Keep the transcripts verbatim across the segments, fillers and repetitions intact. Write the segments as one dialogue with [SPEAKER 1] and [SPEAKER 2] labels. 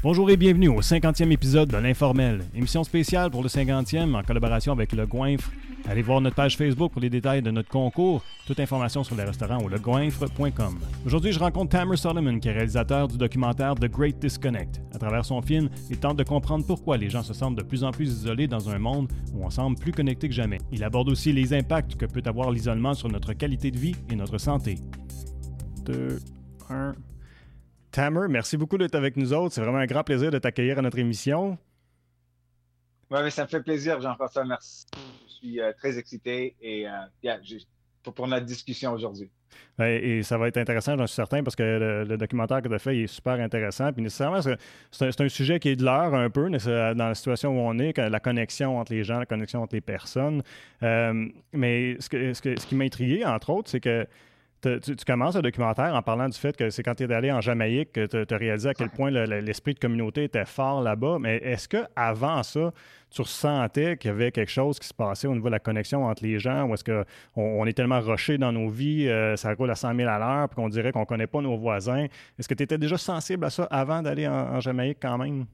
[SPEAKER 1] Bonjour et bienvenue au cinquantième épisode de l'Informel, émission spéciale pour le cinquantième en collaboration avec Le Goinfre. Allez voir notre page Facebook pour les détails de notre concours. Toute information sur les restaurants au legoinfre point com. Aujourd'hui, je rencontre Tamer Solomon, qui est réalisateur du documentaire The Great Disconnect. À travers son film, il tente de comprendre pourquoi les gens se sentent de plus en plus isolés dans un monde où on semble plus connecté que jamais. Il aborde aussi les impacts que peut avoir l'isolement sur notre qualité de vie et notre santé. Deux, un... Tamer, merci beaucoup d'être avec nous autres. C'est vraiment un grand plaisir de t'accueillir à notre émission.
[SPEAKER 2] Oui, mais ça me fait plaisir, Jean-François. Merci. Je suis euh, très excité et euh, yeah, pour, pour notre discussion aujourd'hui.
[SPEAKER 1] Et, et ça va être intéressant, j'en suis certain, parce que le, le documentaire que tu as fait il est super intéressant. Puis nécessairement, c'est, c'est, un, c'est un sujet qui est de l'heure un peu, dans la situation où on est, la connexion entre les gens, la connexion entre les personnes. Euh, mais ce, que, ce, que, ce qui m'a intrigué, entre autres, c'est que Tu, tu commences le documentaire en parlant du fait que c'est quand tu es allé en Jamaïque que tu as réalisé à quel point le, le, l'esprit de communauté était fort là-bas. Mais est-ce qu'avant ça, tu ressentais qu'il y avait quelque chose qui se passait au niveau de la connexion entre les gens, ou est-ce qu'on on est tellement rushés dans nos vies, euh, ça roule à cent mille à l'heure, puis qu'on dirait qu'on ne connaît pas nos voisins? Est-ce que tu étais déjà sensible à ça avant d'aller en, en Jamaïque quand même?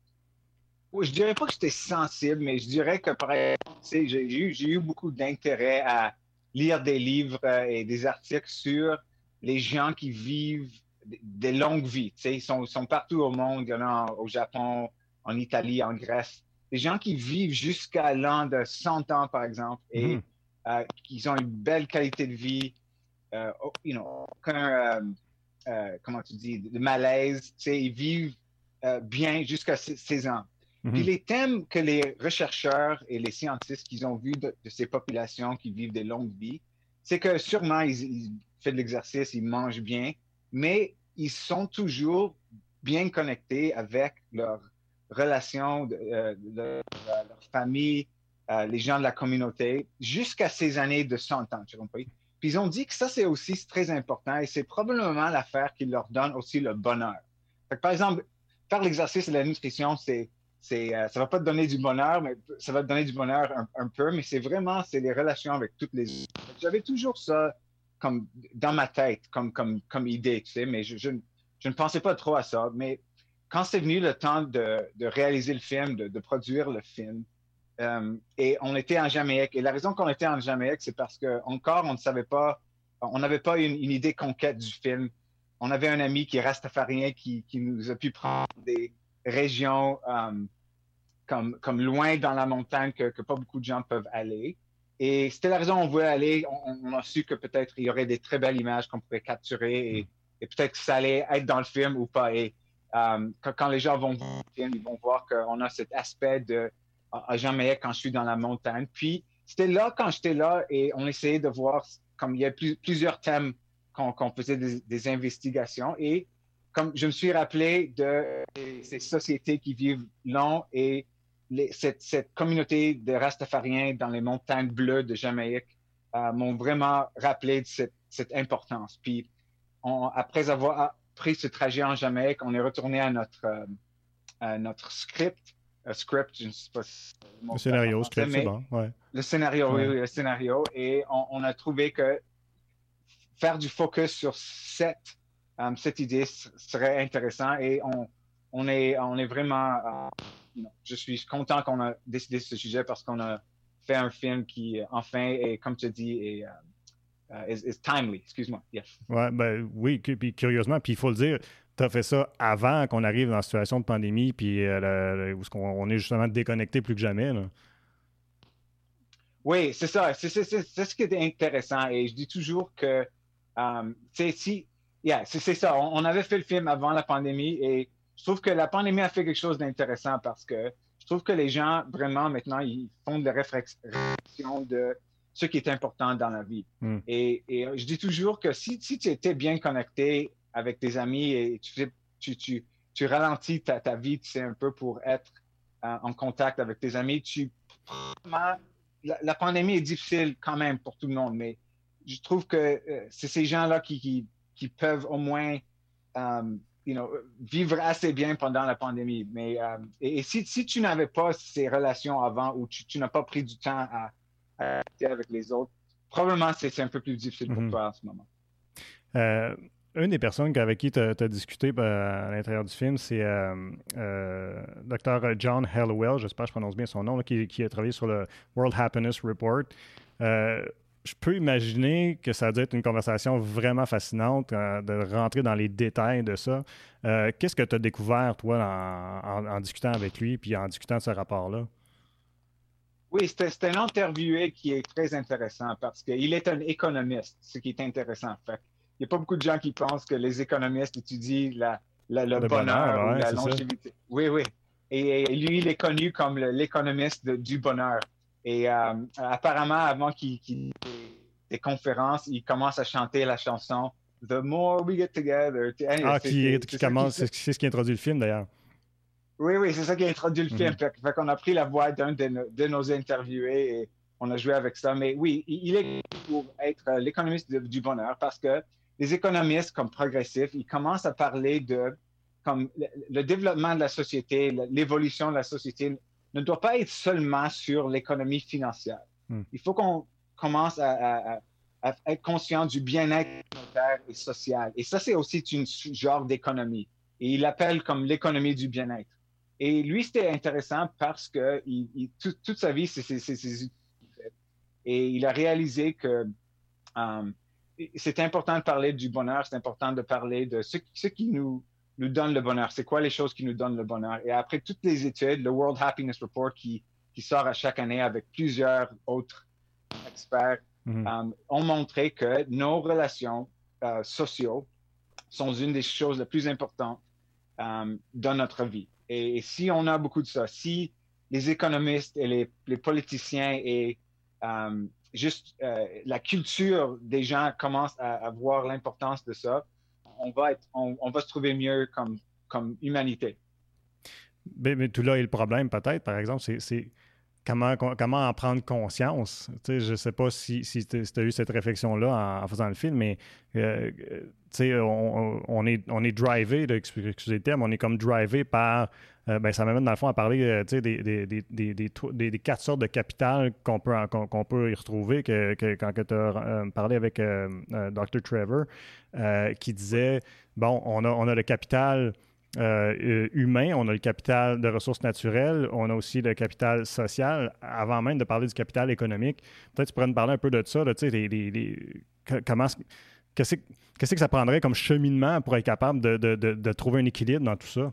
[SPEAKER 2] Oui, je dirais pas que j'étais sensible, mais je dirais que par exemple, j'ai, j'ai, eu, j'ai eu beaucoup d'intérêt à lire des livres et des articles sur les gens qui vivent des longues vies. Ils sont, sont partout au monde, il y en a au Japon, en Italie, en Grèce. Des gens qui vivent jusqu'à l'an de cent ans, par exemple, et mm-hmm. euh, qui ont une belle qualité de vie, euh, you know, aucun, euh, euh, comment tu dis, de malaise. Ils vivent euh, bien jusqu'à ces ans. Mm-hmm. Puis les thèmes que les chercheurs et les scientifiques qu'ils ont vus de, de ces populations qui vivent des longues vies, c'est que sûrement ils, ils font de l'exercice, ils mangent bien, mais ils sont toujours bien connectés avec leurs relations, de, de, de, de leur famille, euh, les gens de la communauté, jusqu'à ces années de cent ans, tu comprends? Puis ils ont dit que ça, c'est aussi très important et c'est probablement l'affaire qui leur donne aussi le bonheur. Fait que, par exemple, faire l'exercice et la nutrition, c'est C'est, euh, ça ne va pas te donner du bonheur, mais ça va te donner du bonheur un, un peu, mais c'est vraiment, c'est les relations avec toutes les autres. J'avais toujours ça comme dans ma tête, comme, comme, comme idée, tu sais, mais je, je, je ne pensais pas trop à ça. Mais quand c'est venu le temps de, de réaliser le film, de, de produire le film, euh, et on était en Jamaïque, et la raison qu'on était en Jamaïque, c'est parce qu'encore, on ne savait pas, on n'avait pas une, une idée concrète du film. On avait un ami qui est rastafarien qui, qui nous a pu prendre des régions um, comme, comme loin dans la montagne que, que pas beaucoup de gens peuvent aller. Et c'était la raison on voulait aller. On, on a su que peut-être il y aurait des très belles images qu'on pourrait capturer et, et peut-être que ça allait être dans le film ou pas. Et um, quand, quand les gens vont voir le film, ils vont voir qu'on a cet aspect de à Jamaïque quand je suis dans la montagne. Puis c'était là quand j'étais là et on essayait de voir comme il y a plus, plusieurs thèmes qu'on, qu'on faisait des, des investigations et comme je me suis rappelé de ces sociétés qui vivent long et les, cette, cette communauté de Rastafariens dans les montagnes bleues de Jamaïque euh, m'ont vraiment rappelé de cette, cette importance. Puis, on, après avoir pris ce trajet en Jamaïque, on est retourné à notre, euh, à notre script. Euh, script, je ne sais pas si
[SPEAKER 1] le scénario, français, script, c'est bon. Ouais.
[SPEAKER 2] Le scénario, ouais. oui, oui, le scénario. Et on, on a trouvé que faire du focus sur cette Um, cette idée serait intéressante et on, on, est, on est vraiment... Uh, you know, je suis content qu'on a décidé ce sujet parce qu'on a fait un film qui, enfin, est, comme tu dis, est, uh, uh, is, is timely. Excuse-moi. Yes.
[SPEAKER 1] Ouais, ben, oui, puis curieusement, puis il faut le dire, tu as fait ça avant qu'on arrive dans la situation de pandémie, puis euh, le, où on est justement déconnecté plus que jamais. Là.
[SPEAKER 2] Oui, c'est ça. C'est, c'est, c'est, c'est ce qui est intéressant. Et je dis toujours que, um, tu sais, si... Yeah, c'est, c'est ça. On, on avait fait le film avant la pandémie et je trouve que la pandémie a fait quelque chose d'intéressant parce que je trouve que les gens, vraiment, maintenant, ils font de la réflexion de ce qui est important dans la vie. Mm. Et, et je dis toujours que si, si tu étais bien connecté avec tes amis et tu, tu, tu, tu ralentis ta, ta vie, tu sais, un peu pour être euh, en contact avec tes amis, tu... La, la pandémie est difficile quand même pour tout le monde, mais je trouve que euh, c'est ces gens-là qui... qui qui peuvent au moins um, you know, vivre assez bien pendant la pandémie. Mais, um, et, et si, si tu n'avais pas ces relations avant ou tu, tu n'as pas pris du temps à, à être avec les autres, probablement c'est, c'est un peu plus difficile pour mm-hmm. toi en ce moment.
[SPEAKER 1] Euh, une des personnes avec qui tu as discuté ben, à l'intérieur du film, c'est euh, euh, docteur John Hallowell, j'espère que je prononce bien son nom, là, qui, qui a travaillé sur le World Happiness Report. Euh, je peux imaginer que ça a dû être une conversation vraiment fascinante euh, de rentrer dans les détails de ça. Euh, qu'est-ce que tu as découvert, toi, en, en, en discutant avec lui puis en discutant de ce rapport-là?
[SPEAKER 2] Oui, c'est un interviewé qui est très intéressant parce qu'il est un économiste, ce qui est intéressant. Fait, il n'y a pas beaucoup de gens qui pensent que les économistes étudient la, la, le
[SPEAKER 1] Le bonheur,
[SPEAKER 2] bonheur ou
[SPEAKER 1] ouais,
[SPEAKER 2] la
[SPEAKER 1] c'est ça.
[SPEAKER 2] longévité. Oui, oui. Et, et lui, il est connu comme l'économiste du bonheur. Et euh, apparemment, avant qu'il qu des conférences, il commence à chanter la chanson The More We Get Together.
[SPEAKER 1] Ah, qui,
[SPEAKER 2] C'est
[SPEAKER 1] qui
[SPEAKER 2] ça qui
[SPEAKER 1] commence, c'est c'est ce qui introduit le film, d'ailleurs.
[SPEAKER 2] oui, oui, c'est ça qui a introduit le film.
[SPEAKER 1] Mhm.
[SPEAKER 2] Fait, fait qu'on a pris la voix d'un de, nos- de nos interviewés et on a joué avec ça. Mais oui, il est pour être euh, l'économiste de- du bonheur parce que les économistes comme progressifs, ils commencent à parler de comme le, le développement de la société, l'évolution de la société ne doit pas être seulement sur l'économie financière.
[SPEAKER 1] Mm.
[SPEAKER 2] Il faut qu'on commence à, à, à, à être conscient du bien-être communautaire et social. Et ça, c'est aussi une genre d'économie. Et il l'appelle comme l'économie du bien-être. Et lui, c'était intéressant parce que il, il, tout, toute sa vie, c'est ses études. Et il a réalisé que um, c'est important de parler du bonheur, c'est important de parler de ce, ce qui nous, nous donne le bonheur. C'est quoi les choses qui nous donnent le bonheur? Et après toutes les études, le World Happiness Report qui, qui sort à chaque année avec plusieurs autres experts,
[SPEAKER 1] Mhm.
[SPEAKER 2] um, ont montré que nos relations uh, sociales sont une des choses les plus importantes um, dans notre vie. Et, et si on a beaucoup de ça, si les économistes et les, les politiciens et um, juste euh, la culture des gens commencent à, à voir l'importance de ça, on va, être, on, on va se trouver mieux comme, comme humanité.
[SPEAKER 1] Mais, mais tout là est le problème, peut-être, par exemple, c'est comment, comment en prendre conscience. Tu sais, je ne sais pas si, si tu as eu cette réflexion-là en, en faisant le film, mais euh, tu sais, on, on, est, on est drivé, là, excusez le terme, on est comme drivé par. Euh, ben, ça m'amène dans le fond à parler euh, des, des, des, des, des, des, des quatre sortes de capital qu'on peut, qu'on, qu'on peut y retrouver. Que, que, quand tu as euh, parlé avec euh, euh, docteur Trevor, euh, qui disait bon, on a, on a le capital. Euh, humain, on a le capital de ressources naturelles, on a aussi le capital social, avant même de parler du capital économique. Peut-être tu pourrais nous parler un peu de ça, là, tu sais, les, les, les, comment, qu'est-ce, qu'est-ce que ça prendrait comme cheminement pour être capable de, de, de, de trouver un équilibre dans tout ça?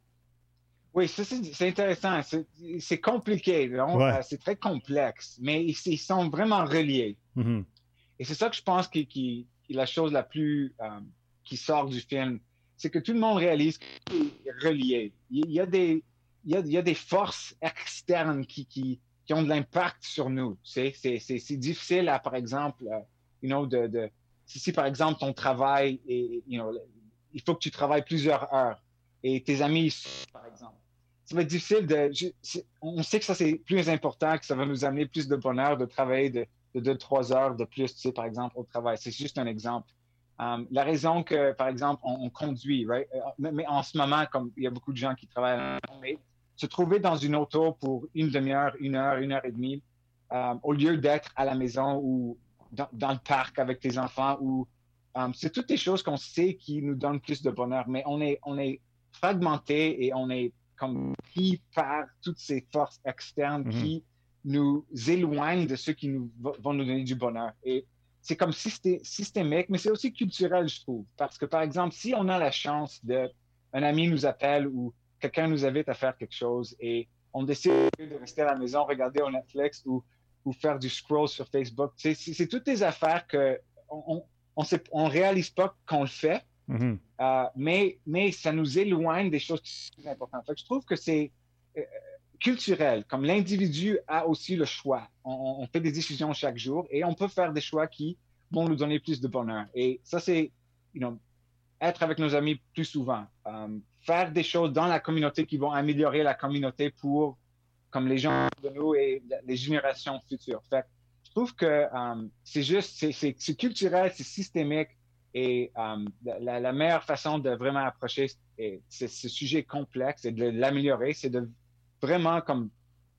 [SPEAKER 2] Oui, ça c'est intéressant. C'est compliqué,
[SPEAKER 1] ouais.
[SPEAKER 2] c'est très complexe, mais ils, ils sont vraiment reliés.
[SPEAKER 1] Mm-hmm.
[SPEAKER 2] Et c'est ça que je pense qui, qui, qui est la chose la plus euh, qui sort du film, c'est que tout le monde réalise que c'est relié. Il y a des, il y a, il y a des forces externes qui, qui, qui ont de l'impact sur nous. C'est difficile, à, par exemple, uh, you know, de, de, si, si par exemple ton travail, est, you know, il faut que tu travailles plusieurs heures et tes amis, par exemple. Ça va être difficile de. Je, on sait que ça, c'est plus important, que ça va nous amener plus de bonheur de travailler de, de deux, trois heures de plus, tu sais, par exemple, au travail. C'est juste un exemple. Um, la raison que, par exemple, on, on conduit, right? mais, mais en ce moment, comme il y a beaucoup de gens qui travaillent à la maison, mais se trouver dans une auto pour une demi-heure, une heure, une heure et demie, um, au lieu d'être à la maison ou dans, dans, le parc avec tes enfants, ou um, c'est toutes des choses qu'on sait qui nous donnent plus de bonheur, mais on est, on est fragmenté et on est comme pris par toutes ces forces externes mm-hmm. qui nous éloignent de ceux qui nous, vont nous donner du bonheur. Et c'est comme systémique, mais c'est aussi culturel, je trouve. Parce que, par exemple, si on a la chance de, un ami nous appelle ou quelqu'un nous invite à faire quelque chose et on décide de rester à la maison, regarder au Netflix ou, ou faire du scroll sur Facebook, c'est toutes des affaires qu'on on, on réalise pas qu'on le fait, mm-hmm. euh, mais, mais ça nous éloigne des choses qui sont importantes. Fait que je trouve que c'est euh, culturel, comme l'individu a aussi le choix. On, on fait des décisions chaque jour et on peut faire des choix qui vont nous donner plus de bonheur. Et ça, c'est, you know, être avec nos amis plus souvent, um, faire des choses dans la communauté qui vont améliorer la communauté pour, comme les gens de nous et les générations futures. Fait, je trouve que um, c'est juste, c'est culturel, c'est systémique et um, la, la meilleure façon de vraiment approcher ce sujet complexe et de l'améliorer, c'est de vraiment comme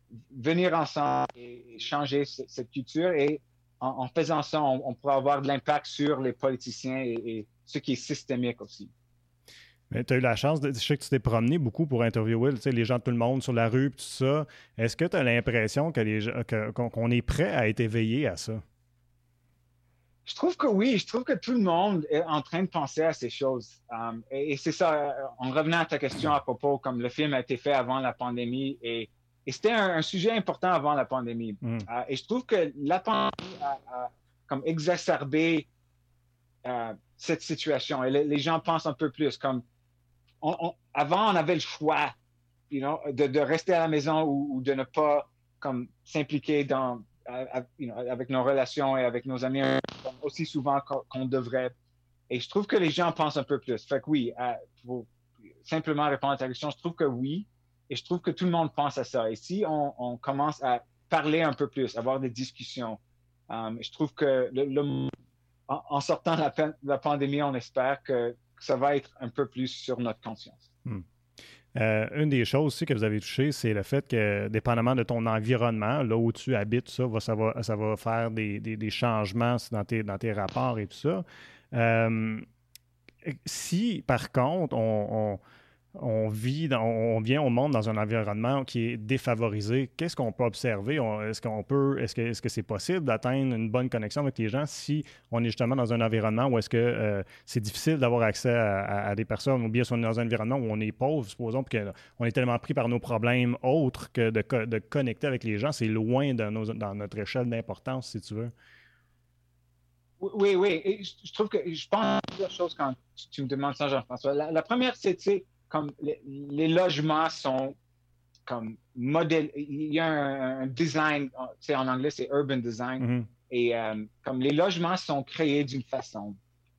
[SPEAKER 2] venir ensemble et changer cette culture et en, en faisant ça, on, on pourra avoir de l'impact sur les politiciens et, et ce qui est systémique aussi.
[SPEAKER 1] Tu as eu la chance, de, je sais que tu t'es promené beaucoup pour interviewer les gens de tout le monde sur la rue et tout ça. Est-ce que tu as l'impression que les, que, qu'on est prêt à être éveillé à ça?
[SPEAKER 2] Je trouve que oui, je trouve que tout le monde est en train de penser à ces choses. Um, et, et c'est ça, en revenant à ta question à propos, comme le film a été fait avant la pandémie, et, et c'était un, un sujet important avant la pandémie. Mm. Uh, et je trouve que la pandémie a, a comme exacerbé uh, cette situation. Et le, les gens pensent un peu plus comme On, on, avant, on avait le choix you know, de, de rester à la maison ou, ou de ne pas comme, s'impliquer dans, à, you know, avec nos relations et avec nos amis aussi souvent qu'on, qu'on devrait. Et je trouve que les gens pensent un peu plus. Fait que oui, euh, pour simplement répondre à ta question, je trouve que oui. Et je trouve que tout le monde pense à ça. Et si on, on commence à parler un peu plus, avoir des discussions, um, je trouve que le, le, en, en sortant de la, la pandémie, on espère que ça va être un peu plus sur notre conscience.
[SPEAKER 1] Hmm. Euh, une des choses aussi que vous avez touché, c'est le fait que, dépendamment de ton environnement, là où tu habites, ça va, ça va, ça va faire des, des, des changements dans tes, dans tes rapports et tout ça. Euh, si, par contre, on, on, on vit, dans, on vient au monde dans un environnement qui est défavorisé, qu'est-ce qu'on peut observer? On, est-ce qu'on peut, est-ce que, est-ce que c'est possible d'atteindre une bonne connexion avec les gens si on est justement dans un environnement où est-ce que euh, c'est difficile d'avoir accès à, à, à des personnes, ou bien si on est dans un environnement où on est pauvre, supposons, puis qu'on est tellement pris par nos problèmes autres que de, de connecter avec les gens, c'est loin de nos, dans notre échelle d'importance, si tu veux.
[SPEAKER 2] Oui, oui. Et je, je trouve que je pense à plusieurs choses quand tu, tu me demandes ça, Jean-François. La, la première, c'est, tu sais, comme les, les logements sont comme modèle. Il y a un, un design, tu sais, en anglais, c'est urban design. Mm-hmm. Et euh, comme les logements sont créés d'une façon.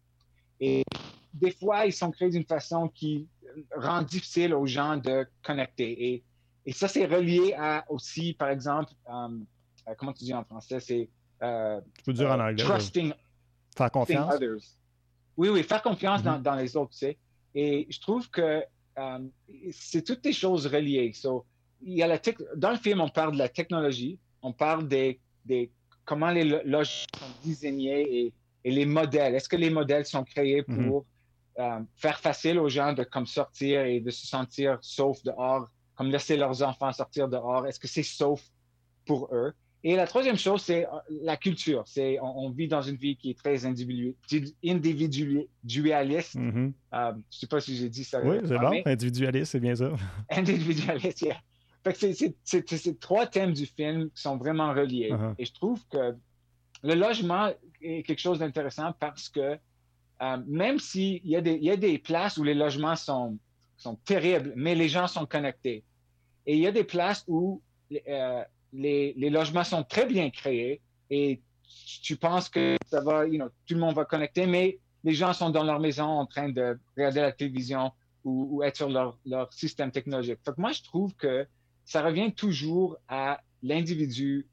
[SPEAKER 2] Et des fois, ils sont créés d'une façon qui rend difficile aux gens de connecter. Et, et ça, c'est relié à aussi, par exemple, um, euh, comment tu dis en français, c'est
[SPEAKER 1] euh, tu peux dire en anglais.
[SPEAKER 2] Trusting.
[SPEAKER 1] Là. Faire confiance.
[SPEAKER 2] Oui, oui, faire confiance mm-hmm. dans, dans les autres, tu sais. Et je trouve que um, c'est toutes des choses reliées. So, il y a la te- dans le film, on parle de la technologie, on parle des, des comment les logements sont disaignés et, et les modèles. Est-ce que les modèles sont créés pour mm-hmm. um, faire facile aux gens de comme sortir et de se sentir sauf dehors, comme laisser leurs enfants sortir dehors? Est-ce que c'est sauf pour eux? Et la troisième chose, c'est la culture. C'est, on, on vit dans une vie qui est très individu, individualiste. Mm-hmm. Euh, je ne sais pas si j'ai dit ça.
[SPEAKER 1] Oui, c'est bon. Individualiste, c'est bien ça.
[SPEAKER 2] Individualiste, yeah. Fait que c'est, c'est, c'est, c'est, c'est trois thèmes du film qui sont vraiment reliés. Uh-huh. Et je trouve que le logement est quelque chose d'intéressant parce que euh, même s'il y a des, il y a des places où les logements sont, sont terribles, mais les gens sont connectés. Et il y a des places où... Euh, Les, les logements sont très bien créés et tu penses que ça va, you know, tout le monde va connecter, mais les gens sont dans leur maison en train de regarder la télévision ou, ou être sur leur, leur système technologique. Fait que moi, je trouve que ça revient toujours à l'individu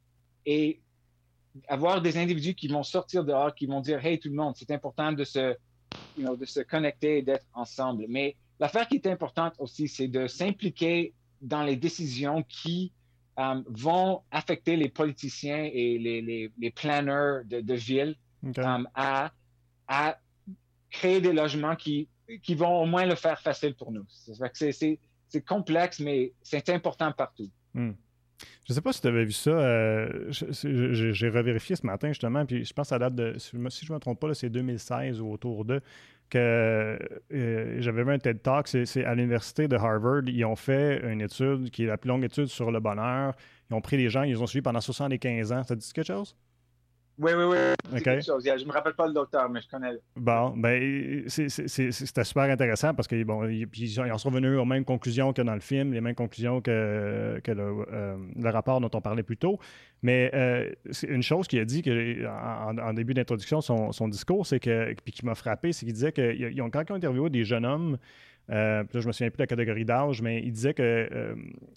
[SPEAKER 2] et avoir des individus qui vont sortir dehors, qui vont dire « Hey, tout le monde, c'est important de se, you know, de se connecter et d'être ensemble. » Mais l'affaire qui est importante aussi, c'est de s'impliquer dans les décisions qui Um, vont affecter les politiciens et les, les, les planners de, de ville okay. um, à, à créer des logements qui, qui vont au moins le faire facile pour nous. C'est, c'est, c'est complexe, mais c'est important partout.
[SPEAKER 1] Mm. Je ne sais pas si tu avais vu ça. Euh, je, je, j'ai revérifié ce matin, justement, puis je pense que ça date de, si je ne me trompe pas, là, c'est deux mille seize ou autour de, que euh, j'avais vu un TED Talk, c'est, c'est à l'université de Harvard. Ils ont fait une étude qui est la plus longue étude sur le bonheur. Ils ont pris les gens, ils les ont suivis pendant soixante-quinze ans. Ça te dit quelque chose?
[SPEAKER 2] Oui, oui, oui. Okay. Chose. Je ne me rappelle pas le docteur, mais je connais.
[SPEAKER 1] Bon, ben, c'est, c'est, c'est, c'était super intéressant parce qu'ils bon, ils, ils en sont revenus aux mêmes conclusions que dans le film, les mêmes conclusions que, que le, euh, le rapport dont on parlait plus tôt. Mais euh, c'est une chose qu'il a dit que, en, en début d'introduction, son, son discours, c'est que, puis qui m'a frappé, c'est qu'il disait que ils ont, quand ils ont interviewé des jeunes hommes, Euh, là, je me souviens plus de la catégorie d'âge, mais il disait que euh,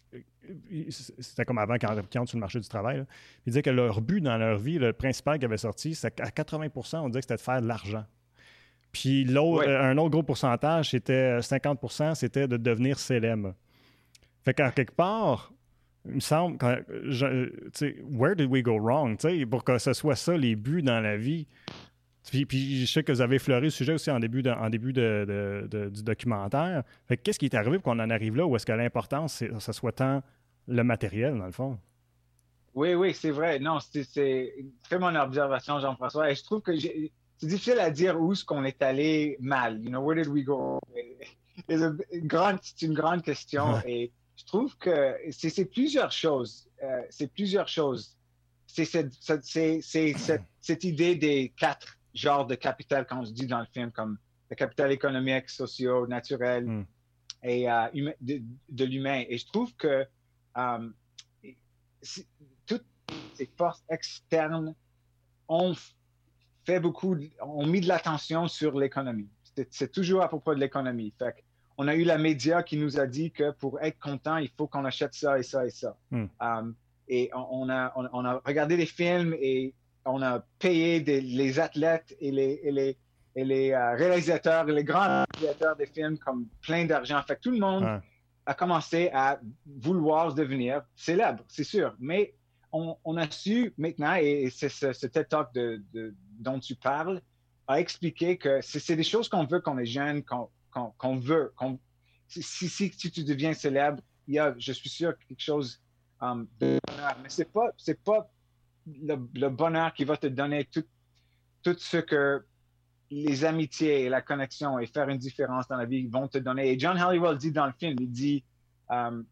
[SPEAKER 1] c'était comme avant quand ils entrent sur le marché du travail. Là. Il disait que leur but dans leur vie, le principal qui avait sorti, c'est qu'à quatre-vingts pour cent, on disait que c'était de faire de l'argent. Puis l'autre, ouais. euh, un autre gros pourcentage, c'était cinquante pour cent, c'était de devenir célèbre. Fait qu'à quelque part, il me semble, quand, je, where did we go wrong? Pour que ce soit ça les buts dans la vie. Puis, puis je sais que vous avez effleuré le sujet aussi en début, de, en début de, de, de, du documentaire. Fait que qu'est-ce qui est arrivé pour qu'on en arrive là, où est-ce que l'importance, c'est, ça soit tant le matériel, dans le fond?
[SPEAKER 2] Oui, oui, c'est vrai. Non, c'est c'est une très bonne observation, Jean-François. Et je trouve que j'ai- c'est difficile à dire où est-ce qu'on est allé mal. You know, where did we go? C'est une grande, c'est une grande question. Et je trouve que c'est c'est plusieurs choses. Euh, c'est plusieurs choses. C'est cette, cette- c'est- c'est cette, cette idée des quatre genres de capital, comme je dis dans le film, comme le capital économique, social, naturel
[SPEAKER 1] Mm.
[SPEAKER 2] et euh, humain- de, de l'humain. Et je trouve que euh, c'est- toutes ces forces externes ont fait beaucoup, ont mis de l'attention sur l'économie. C'est, c'est toujours à propos de l'économie. Fait on a eu la média qui nous a dit que pour être content, il faut qu'on achète ça et ça et ça.
[SPEAKER 1] Mm.
[SPEAKER 2] Um, et on, on, a, on, on, a regardé des films et on a payé des, les athlètes et les, et les, et les euh, réalisateurs, les grands réalisateurs des films comme plein d'argent. Fait que tout le monde
[SPEAKER 1] Ouais.
[SPEAKER 2] a commencé à vouloir devenir célèbre, c'est sûr. Mais on, on a su maintenant, et c'est ce, ce TED Talk de, de, dont tu parles, a expliqué que c'est, c'est des choses qu'on veut quand on est jeune, qu'on, qu'on, qu'on veut. Qu'on, si, si, si tu deviens célèbre, il y a, je suis sûr, quelque chose um, de bonheur. Mais c'est pas, c'est pas le, le bonheur qui va te donner tout, tout ce que les amitiés et la connexion et faire une différence dans la vie vont te donner. Et John Halliwell dit dans le film, il dit, um,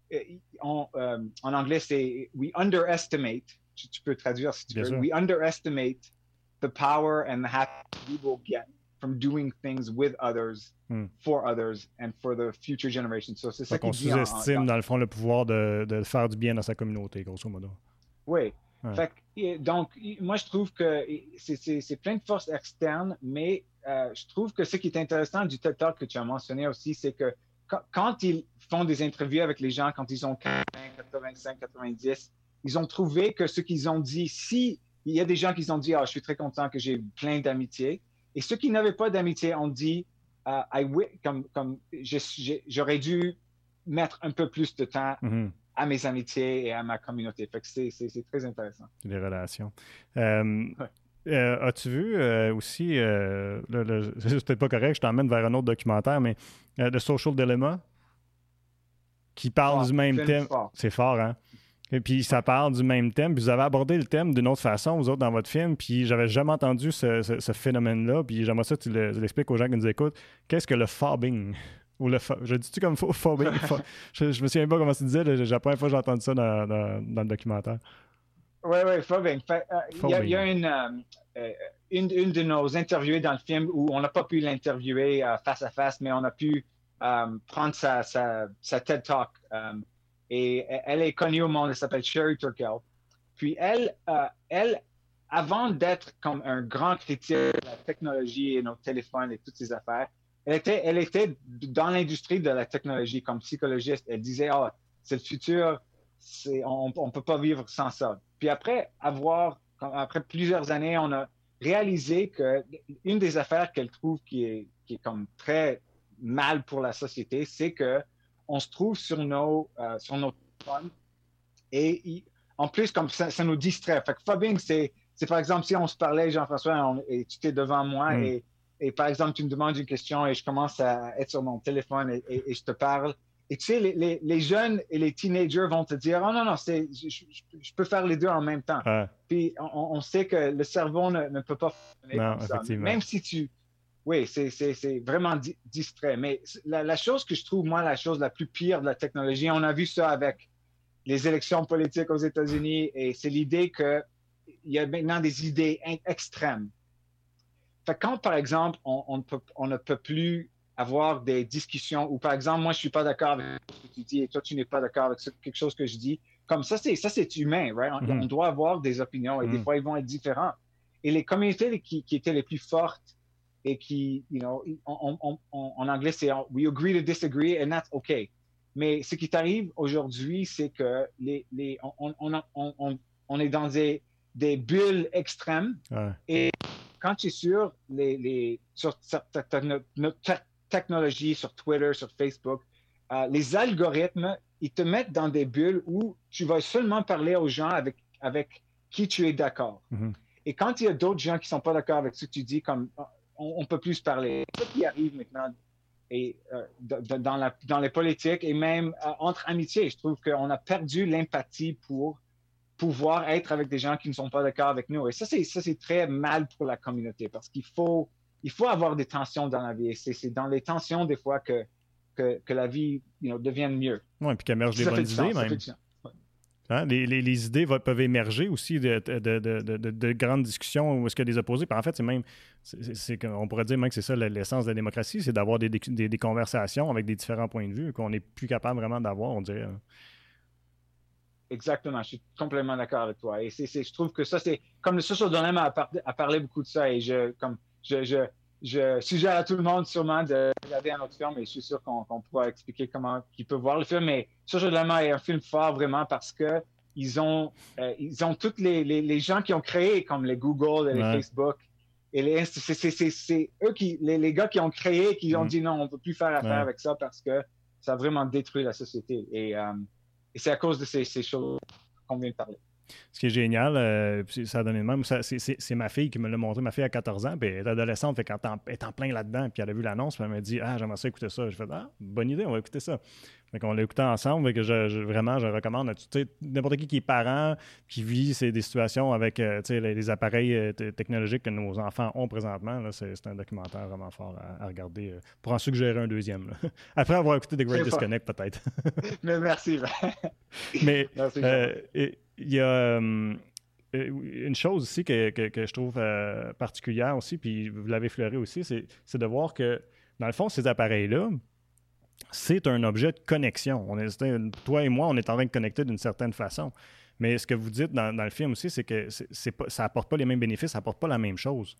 [SPEAKER 2] on, um, en anglais, c'est we underestimate, tu, tu peux traduire si tu
[SPEAKER 1] Bien
[SPEAKER 2] veux,
[SPEAKER 1] sûr.
[SPEAKER 2] we underestimate the power and the happiness we will get from doing things with others,
[SPEAKER 1] Mm.
[SPEAKER 2] for others, and for the future generations. So, c'est ça
[SPEAKER 1] Donc, on
[SPEAKER 2] qu'il dit en, en,
[SPEAKER 1] sous-estime,
[SPEAKER 2] dans,
[SPEAKER 1] dans le fond, le pouvoir de, de faire du bien dans sa communauté, grosso modo.
[SPEAKER 2] Oui.
[SPEAKER 1] Ouais.
[SPEAKER 2] Fait que, donc, moi, je trouve que c'est, c'est, c'est plein de forces externes, mais euh, je trouve que ce qui est intéressant du TED Talk que tu as mentionné aussi, c'est que quand, quand ils font des interviews avec les gens, quand ils ont quatre-vingts, quatre-vingt-cinq, quatre-vingt-dix, ils ont trouvé que ce qu'ils ont dit, si il y a des gens qui ont dit, ah, je suis très content que j'ai plein d'amitié, et ceux qui n'avaient pas d'amitié ont dit, uh, I w- comme, comme je, je, j'aurais dû mettre un peu plus de temps
[SPEAKER 1] Mm-hmm.
[SPEAKER 2] à mes amitiés et à ma communauté. Fait que c'est, c'est, c'est très intéressant.
[SPEAKER 1] Les relations. Euh,
[SPEAKER 2] Ouais.
[SPEAKER 1] euh, as-tu vu euh, aussi, euh, le, le, c'est peut-être pas correct, je t'emmène vers un autre documentaire, mais euh, The Social Dilemma, qui parle
[SPEAKER 2] Fort,
[SPEAKER 1] du même
[SPEAKER 2] film
[SPEAKER 1] thème.
[SPEAKER 2] fort.
[SPEAKER 1] C'est fort, hein? Et puis ça parle du même thème. Puis vous avez abordé le thème d'une autre façon, vous autres, dans votre film. Puis j'avais jamais entendu ce, ce, ce phénomène-là. Puis j'aimerais ça que tu le- tu l'expliques aux gens qui nous écoutent. Qu'est-ce que le fobbing? Ou le fo- je dis-tu comme fo- fobbing? Fo- je, je me souviens pas comment tu disais. là, C'est la première fois que j'ai entendu ça dans, dans, dans le documentaire.
[SPEAKER 2] Oui, oui, fobbing. Fait, euh, il y a,
[SPEAKER 1] Fobbing.
[SPEAKER 2] il y a une, euh, euh, une, une de nos interviewés dans le film où on n'a pas pu l'interviewer euh, face à face, mais on a pu euh, prendre sa, sa, sa TED Talk. euh, et elle est connue au monde, elle s'appelle Sherry Turkell. Puis elle, euh, elle, avant d'être comme un grand critique de la technologie et nos téléphones et toutes ces affaires, elle était, elle était dans l'industrie de la technologie comme psychologiste. Elle disait, ah, oh, c'est le futur, c'est, on ne peut pas vivre sans ça. Puis après avoir, après plusieurs années, on a réalisé que une des affaires qu'elle trouve qui est, qui est comme très mal pour la société, c'est que on se trouve sur nos, euh, sur nos téléphones et en plus, comme ça, ça nous distrait. Fait que fobbing, c'est, c'est par exemple, si on se parlait, Jean-François, on, et tu es devant moi
[SPEAKER 1] Mm.
[SPEAKER 2] et, et par exemple, tu me demandes une question et je commence à être sur mon téléphone et, et, et je te parle. Et tu sais, les, les, les jeunes et les teenagers vont te dire, oh non, non, c'est, je, je, je peux faire les deux en même temps.
[SPEAKER 1] Ouais.
[SPEAKER 2] Puis on, on sait que le cerveau ne, ne peut pas fonctionner
[SPEAKER 1] Non,
[SPEAKER 2] comme ça.
[SPEAKER 1] effectivement.
[SPEAKER 2] Même si tu... Oui, c'est, c'est, c'est vraiment di- distrait. Mais la, la chose que je trouve, moi, la chose la plus pire de la technologie, on a vu ça avec les élections politiques aux États-Unis, et c'est l'idée qu'il y a maintenant des idées in- extrêmes. Fait que quand, par exemple, on, on, ne peut, on ne peut plus avoir des discussions où, par exemple, moi, je ne suis pas d'accord avec ce que tu dis et toi, tu n'es pas d'accord avec ce, quelque chose que je dis, comme ça, c'est, ça, c'est humain, right? On,
[SPEAKER 1] Mm-hmm.
[SPEAKER 2] on doit avoir des opinions et
[SPEAKER 1] Mm-hmm.
[SPEAKER 2] des fois, ils vont être différents. Et les communautés qui, qui étaient les plus fortes et qui, you know, on, on, on, en anglais, c'est « we agree to disagree and that's okay ». Mais ce qui t'arrive aujourd'hui, c'est que les, les, on, on, on, on, on est dans des, des bulles extrêmes.
[SPEAKER 1] Ouais.
[SPEAKER 2] Et quand tu es sur, les, les, sur notre technologie, sur Twitter, sur Facebook, euh, les algorithmes, ils te mettent dans des bulles où tu vas seulement parler aux gens avec, avec qui tu es d'accord.
[SPEAKER 1] Mm-hmm.
[SPEAKER 2] Et quand il y a d'autres gens qui ne sont pas d'accord avec ce que tu dis, comme on ne peut plus se parler. C'est ce qui arrive maintenant et, euh, dans, la, dans les politiques et même euh, entre amitiés. Je trouve qu'on a perdu l'empathie pour pouvoir être avec des gens qui ne sont pas d'accord avec nous. Et ça, c'est, ça, c'est très mal pour la communauté parce qu'il faut, il faut avoir des tensions dans la vie. Et c'est, c'est dans les tensions, des fois, que, que, que la vie you know, devienne mieux.
[SPEAKER 1] Oui, puis qu'émergent des bonnes idées, même. Hein? Les, les, les idées va, peuvent émerger aussi de, de, de, de, de, de grandes discussions où est-ce qu'il y a des opposés. Puis en fait, c'est même, c'est, c'est, on pourrait dire même que c'est ça l'essence de la démocratie, c'est d'avoir des, des, des conversations avec des différents points de vue qu'on n'est plus capable vraiment d'avoir, on dirait.
[SPEAKER 2] Exactement, je suis complètement d'accord avec toi. Et c'est, c'est, je trouve que ça, c'est comme le social dilemma a, par, a parlé beaucoup de ça. Et je, comme, je, je, je suggère à tout le monde sûrement de regarder un autre film. Et je suis sûr qu'on, qu'on pourra expliquer comment ils peuvent voir le film. Mais social dilemma est un film fort vraiment parce que ils ont, euh, ils ont tous les, les, les gens qui ont créé, comme les Google, les ouais. Facebook. Et les, c'est, c'est, c'est, c'est eux qui, les, les gars qui ont créé, qui ont mm. dit non, on ne peut plus faire affaire ouais. avec ça parce que ça a vraiment détruit la société. Et, euh, Et c'est à cause de ces, ces choses qu'on vient de parler.
[SPEAKER 1] Ce qui est génial, euh, ça a donné le même. Ça, c'est, c'est, c'est ma fille qui me l'a montré. Ma fille a quatorze ans, puis elle est adolescente, fait qu'elle est en plein là-dedans, puis elle a vu l'annonce, puis elle m'a dit « Ah, j'aimerais ça écouter ça. » J'ai fait « Ah, bonne idée, on va écouter ça. » Fait qu'on l'a écouté ensemble, fait que je, je, vraiment, je recommande à tu sais, n'importe qui qui est parent, qui vit c'est des situations avec euh, tu sais, les, les appareils euh, t- technologiques que nos enfants ont présentement. Là, c'est, c'est un documentaire vraiment fort à, à regarder euh, pour en suggérer un deuxième. Là. Après avoir écouté The Great c'est Disconnect, fort. Peut-être.
[SPEAKER 2] Mais merci.
[SPEAKER 1] Mais merci, euh, il y a euh, une chose aussi que, que, que je trouve euh, particulière aussi, puis vous l'avez fleuré aussi, c'est, c'est de voir que, dans le fond, ces appareils-là, c'est un objet de connexion. On est, toi et moi, on est en train de connecter d'une certaine façon. Mais ce que vous dites dans, dans le film aussi, c'est que c'est, c'est pas, ça n'apporte pas les mêmes bénéfices, ça n'apporte pas la même chose.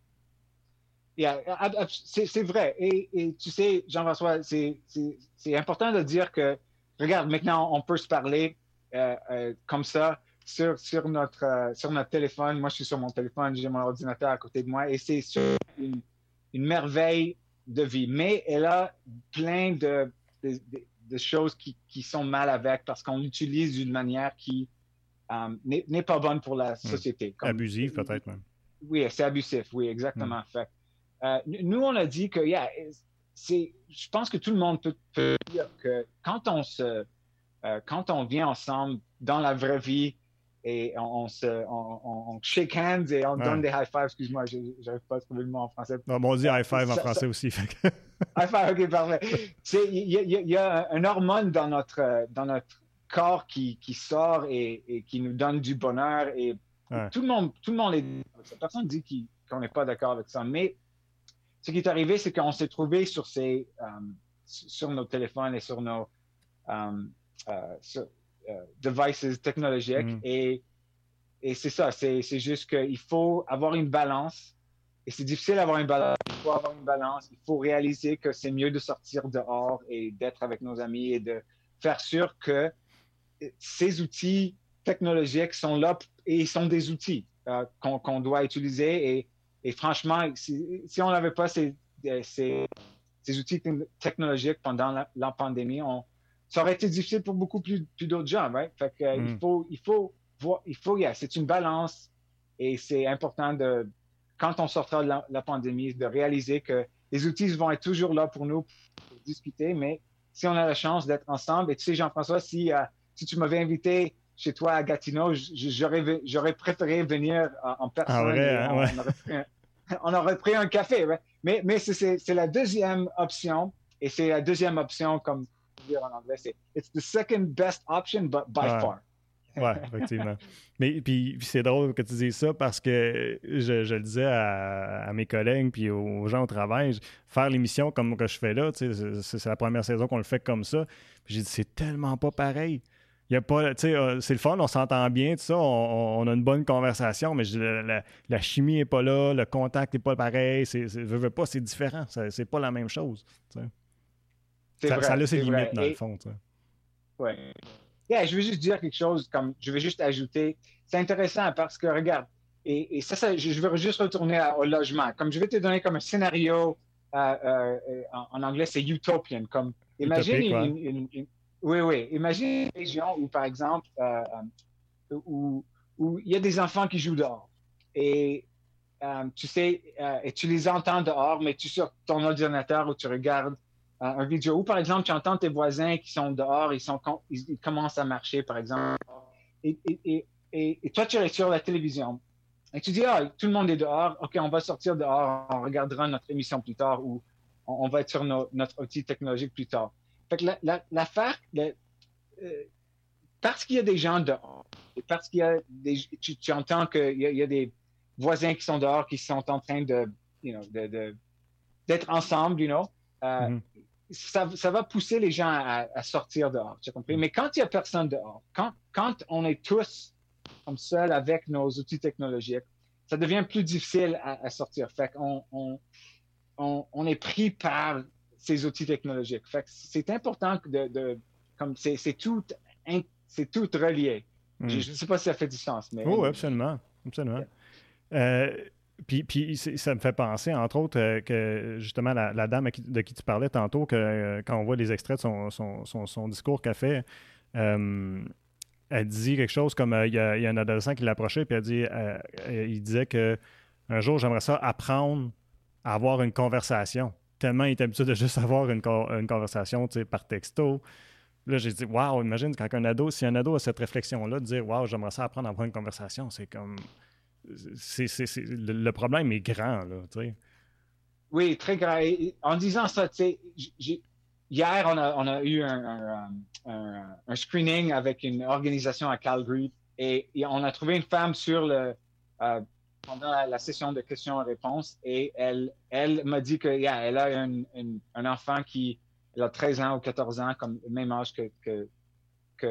[SPEAKER 2] Yeah, c'est, c'est vrai. Et, et tu sais, Jean-François, c'est, c'est, c'est important de dire que, regarde, maintenant, on peut se parler euh, euh, comme ça sur, sur, notre, euh, sur notre téléphone. Moi, je suis sur mon téléphone, j'ai mon ordinateur à côté de moi et c'est sur une, une merveille de vie. Mais elle a plein de, de, de, de choses qui, qui sont mal avec parce qu'on l'utilise d'une manière qui um, n'est, n'est pas bonne pour la société.
[SPEAKER 1] Comme, Abusive, peut-être même.
[SPEAKER 2] Oui, c'est abusif, oui, exactement. Mm. Fait, euh, nous, on a dit que, yeah, c'est, je pense que tout le monde peut, peut dire que quand on se, euh, quand on vient ensemble dans la vraie vie et on, on se, on, on, on shake hands et on ouais. donne des high fives, excuse-moi, je n'arrive pas à trouver le mot en français.
[SPEAKER 1] Non, bon, on dit high five ça, en français ça, aussi.
[SPEAKER 2] High five, ok, parfait. Il y, y, y a un hormone dans notre, dans notre corps qui, qui sort et, et qui nous donne du bonheur et ouais. tout le monde, tout le monde est. Personne ne dit qu'il, qu'on n'est pas d'accord avec ça, mais ce qui est arrivé, c'est qu'on s'est trouvé sur ces, um, sur nos téléphones et sur nos um, uh, sur, uh, devices technologiques mm. et, et c'est ça, c'est, c'est juste qu'il faut avoir une balance et c'est difficile d'avoir une balance, il faut avoir une balance, il faut réaliser que c'est mieux de sortir dehors et d'être avec nos amis et de faire sûr que ces outils technologiques sont là et ils sont des outils uh, qu'on, qu'on doit utiliser et Et franchement, si, si on n'avait pas ces, ces, ces outils technologiques pendant la, la pandémie, on, ça aurait été difficile pour beaucoup plus, plus d'autres gens. Right? Fait que, mm. il faut, il faut voir, il faut, yeah, c'est une balance et c'est important de, quand on sortira de la, la pandémie, de réaliser que les outils vont être toujours là pour nous pour discuter, mais si on a la chance d'être ensemble, et tu sais, Jean-François, si, uh, si tu m'avais invité chez toi à Gatineau, j'aurais, j'aurais préféré venir en personne.
[SPEAKER 1] Ah, vrai, hein,
[SPEAKER 2] on,
[SPEAKER 1] ouais.
[SPEAKER 2] on, aurait pris un, on aurait pris un café. Ouais. Mais, mais c'est, c'est, c'est la deuxième option. Et c'est la deuxième option, comme dire en anglais, c'est « It's the second best option, but by
[SPEAKER 1] ouais.
[SPEAKER 2] far ».
[SPEAKER 1] Oui, effectivement. Mais puis, puis c'est drôle que tu dises ça parce que je, je le disais à, à mes collègues puis aux gens au travail, faire l'émission comme que je fais là, c'est, c'est la première saison qu'on le fait comme ça. Puis j'ai dit, c'est tellement pas pareil. Il y a pas, tu sais, euh, c'est le fun, on s'entend bien, tout ça, on, on a une bonne conversation, mais je, la, la, la chimie n'est pas là, le contact n'est pas pareil, c'est, c'est, je veux pas, c'est différent, ça, c'est pas la même chose. Tu sais.
[SPEAKER 2] C'est
[SPEAKER 1] ça,
[SPEAKER 2] vrai,
[SPEAKER 1] ça a ses limites
[SPEAKER 2] vrai.
[SPEAKER 1] dans
[SPEAKER 2] Et,
[SPEAKER 1] le fond. Tu sais.
[SPEAKER 2] Ouais. Yeah, je veux juste dire quelque chose, comme je vais juste ajouter, c'est intéressant parce que regarde, et, et ça, ça, je, je veux juste retourner à, au logement. Comme je vais te donner comme un scénario, euh, euh, en, en anglais c'est utopian, comme imagine
[SPEAKER 1] Utopique,
[SPEAKER 2] une,
[SPEAKER 1] ouais.
[SPEAKER 2] une, une, une Oui, oui. Imagine une région où, par exemple, euh, où, où il y a des enfants qui jouent dehors. et euh, tu sais, euh, et tu les entends dehors, mais tu es sur ton ordinateur où tu regardes euh, un vidéo. Ou par exemple, tu entends tes voisins qui sont dehors, ils, sont, ils, ils commencent à marcher, par exemple. Et, et, et, et toi, tu es sur la télévision. Et tu dis, ah, tout le monde est dehors. OK, on va sortir dehors. On regardera notre émission plus tard ou on, on va être sur nos, notre outil technologique plus tard. Fait que l'affaire, la, la, euh, parce qu'il y a des gens dehors, et parce qu'il y a des, tu, tu entends qu'il y, y a des voisins qui sont dehors, qui sont en train de, you know, de, de, d'être ensemble, you know, euh, mm-hmm. ça, ça va pousser les gens à, à sortir dehors, tu as compris? Mm-hmm. Mais quand il n'y a personne dehors, quand, quand on est tous comme seuls avec nos outils technologiques, ça devient plus difficile à, à sortir. Fait qu'on on, on, on est pris par ces outils technologiques. Fait que c'est important de, de comme c'est, c'est tout c'est tout relié. Mm. Je ne sais pas si ça fait du sens, mais...
[SPEAKER 1] Oh, absolument. Absolument. Yeah. Euh, puis, puis ça me fait penser, entre autres, euh, que justement, la, la dame qui, de qui tu parlais tantôt, que euh, quand on voit les extraits de son, son, son, son discours qu'elle fait, euh, elle dit quelque chose comme, il euh, y, y a un adolescent qui l'approchait, puis elle dit, euh, il disait que un jour, j'aimerais ça apprendre à avoir une conversation. Tellement il est habitué de juste avoir une, une conversation, tu sais, par texto. Là, j'ai dit, waouh, imagine quand un ado, si un ado a cette réflexion-là, de dire, waouh, j'aimerais ça apprendre à avoir une conversation, c'est comme. C'est, c'est, c'est, le, le problème est grand, là, tu sais.
[SPEAKER 2] Oui, très grand. Et en disant ça, tu sais, hier, on a, on a eu un, un, un, un screening avec une organisation à Calgary et, et on a trouvé une femme sur le. Euh, pendant la, la session de questions-réponses et elle, elle m'a dit que, yeah, elle a un, un, un enfant qui. Elle a treize ans ou quatorze ans, comme le même âge que, que, que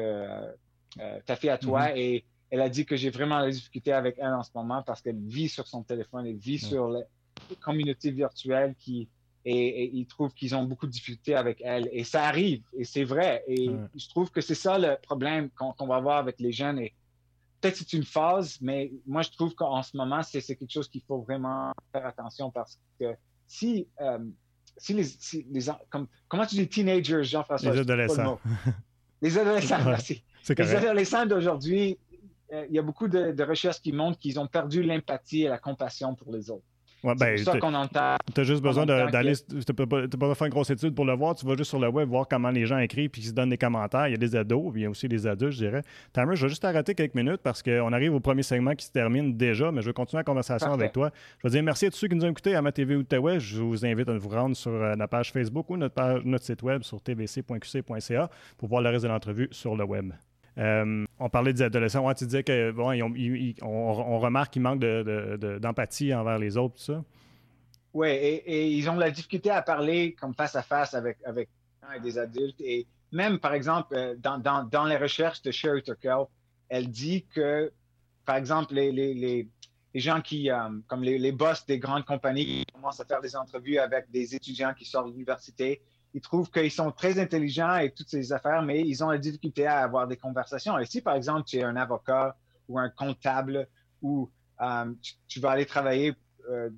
[SPEAKER 2] euh, ta fille à toi. Mm-hmm. Et elle a dit que j'ai vraiment la difficulté avec elle en ce moment parce qu'elle vit sur son téléphone, elle vit mm-hmm. sur les, les communautés virtuelles qui, et, et ils trouvent qu'ils ont beaucoup de difficultés avec elle. Et ça arrive, et c'est vrai. Et mm-hmm. je trouve que c'est ça le problème qu'on, qu'on va avoir avec les jeunes. Et peut-être c'est une phase, mais moi, je trouve qu'en ce moment, c'est, c'est quelque chose qu'il faut vraiment faire attention parce que si... Euh, Si les, si les comme, comment tu dis teenagers, Jean-François?
[SPEAKER 1] Les adolescents.
[SPEAKER 2] Les adolescents, ouais, merci.
[SPEAKER 1] C'est
[SPEAKER 2] les adolescents d'aujourd'hui, euh, il y a beaucoup de, de recherches qui montrent qu'ils ont perdu l'empathie et la compassion pour les autres.
[SPEAKER 1] Ouais, ben,
[SPEAKER 2] c'est pour ça qu'on entend.
[SPEAKER 1] Tu as juste besoin de, d'aller. Tu n'as pas, pas besoin de faire une grosse étude pour le voir. Tu vas juste sur le web voir comment les gens écrivent puis ils se donnent des commentaires. Il y a des ados, puis il y a aussi des adultes, je dirais. Tamer, je vais juste arrêter quelques minutes parce qu'on arrive au premier segment qui se termine déjà, mais je vais continuer la conversation Parfait. Avec toi. Je vais dire merci à tous ceux qui nous ont écoutés à AmaTV Outaouais. Je vous invite à vous rendre sur notre page Facebook ou notre, page, notre site web sur t v c point q c point c a pour voir le reste de l'entrevue sur le web. Euh, on parlait des adolescents. Ouais, tu disais qu'on bon, ils ont, ils, on, on remarque qu'il manque de, de, de, d'empathie envers les autres, tout ça.
[SPEAKER 2] Oui, et, et ils ont la difficulté à parler comme face à face avec, avec des adultes. Et même, par exemple, dans, dans, dans les recherches de Sherry Turkell, elle dit que, par exemple, les, les, les, les gens qui, euh, comme les, les boss des grandes compagnies, qui commencent à faire des entrevues avec des étudiants qui sortent de l'université, ils trouvent qu'ils sont très intelligents et toutes ces affaires, mais ils ont la difficulté à avoir des conversations. Et si, par exemple, tu es un avocat ou un comptable ou euh, tu, tu vas aller travailler euh,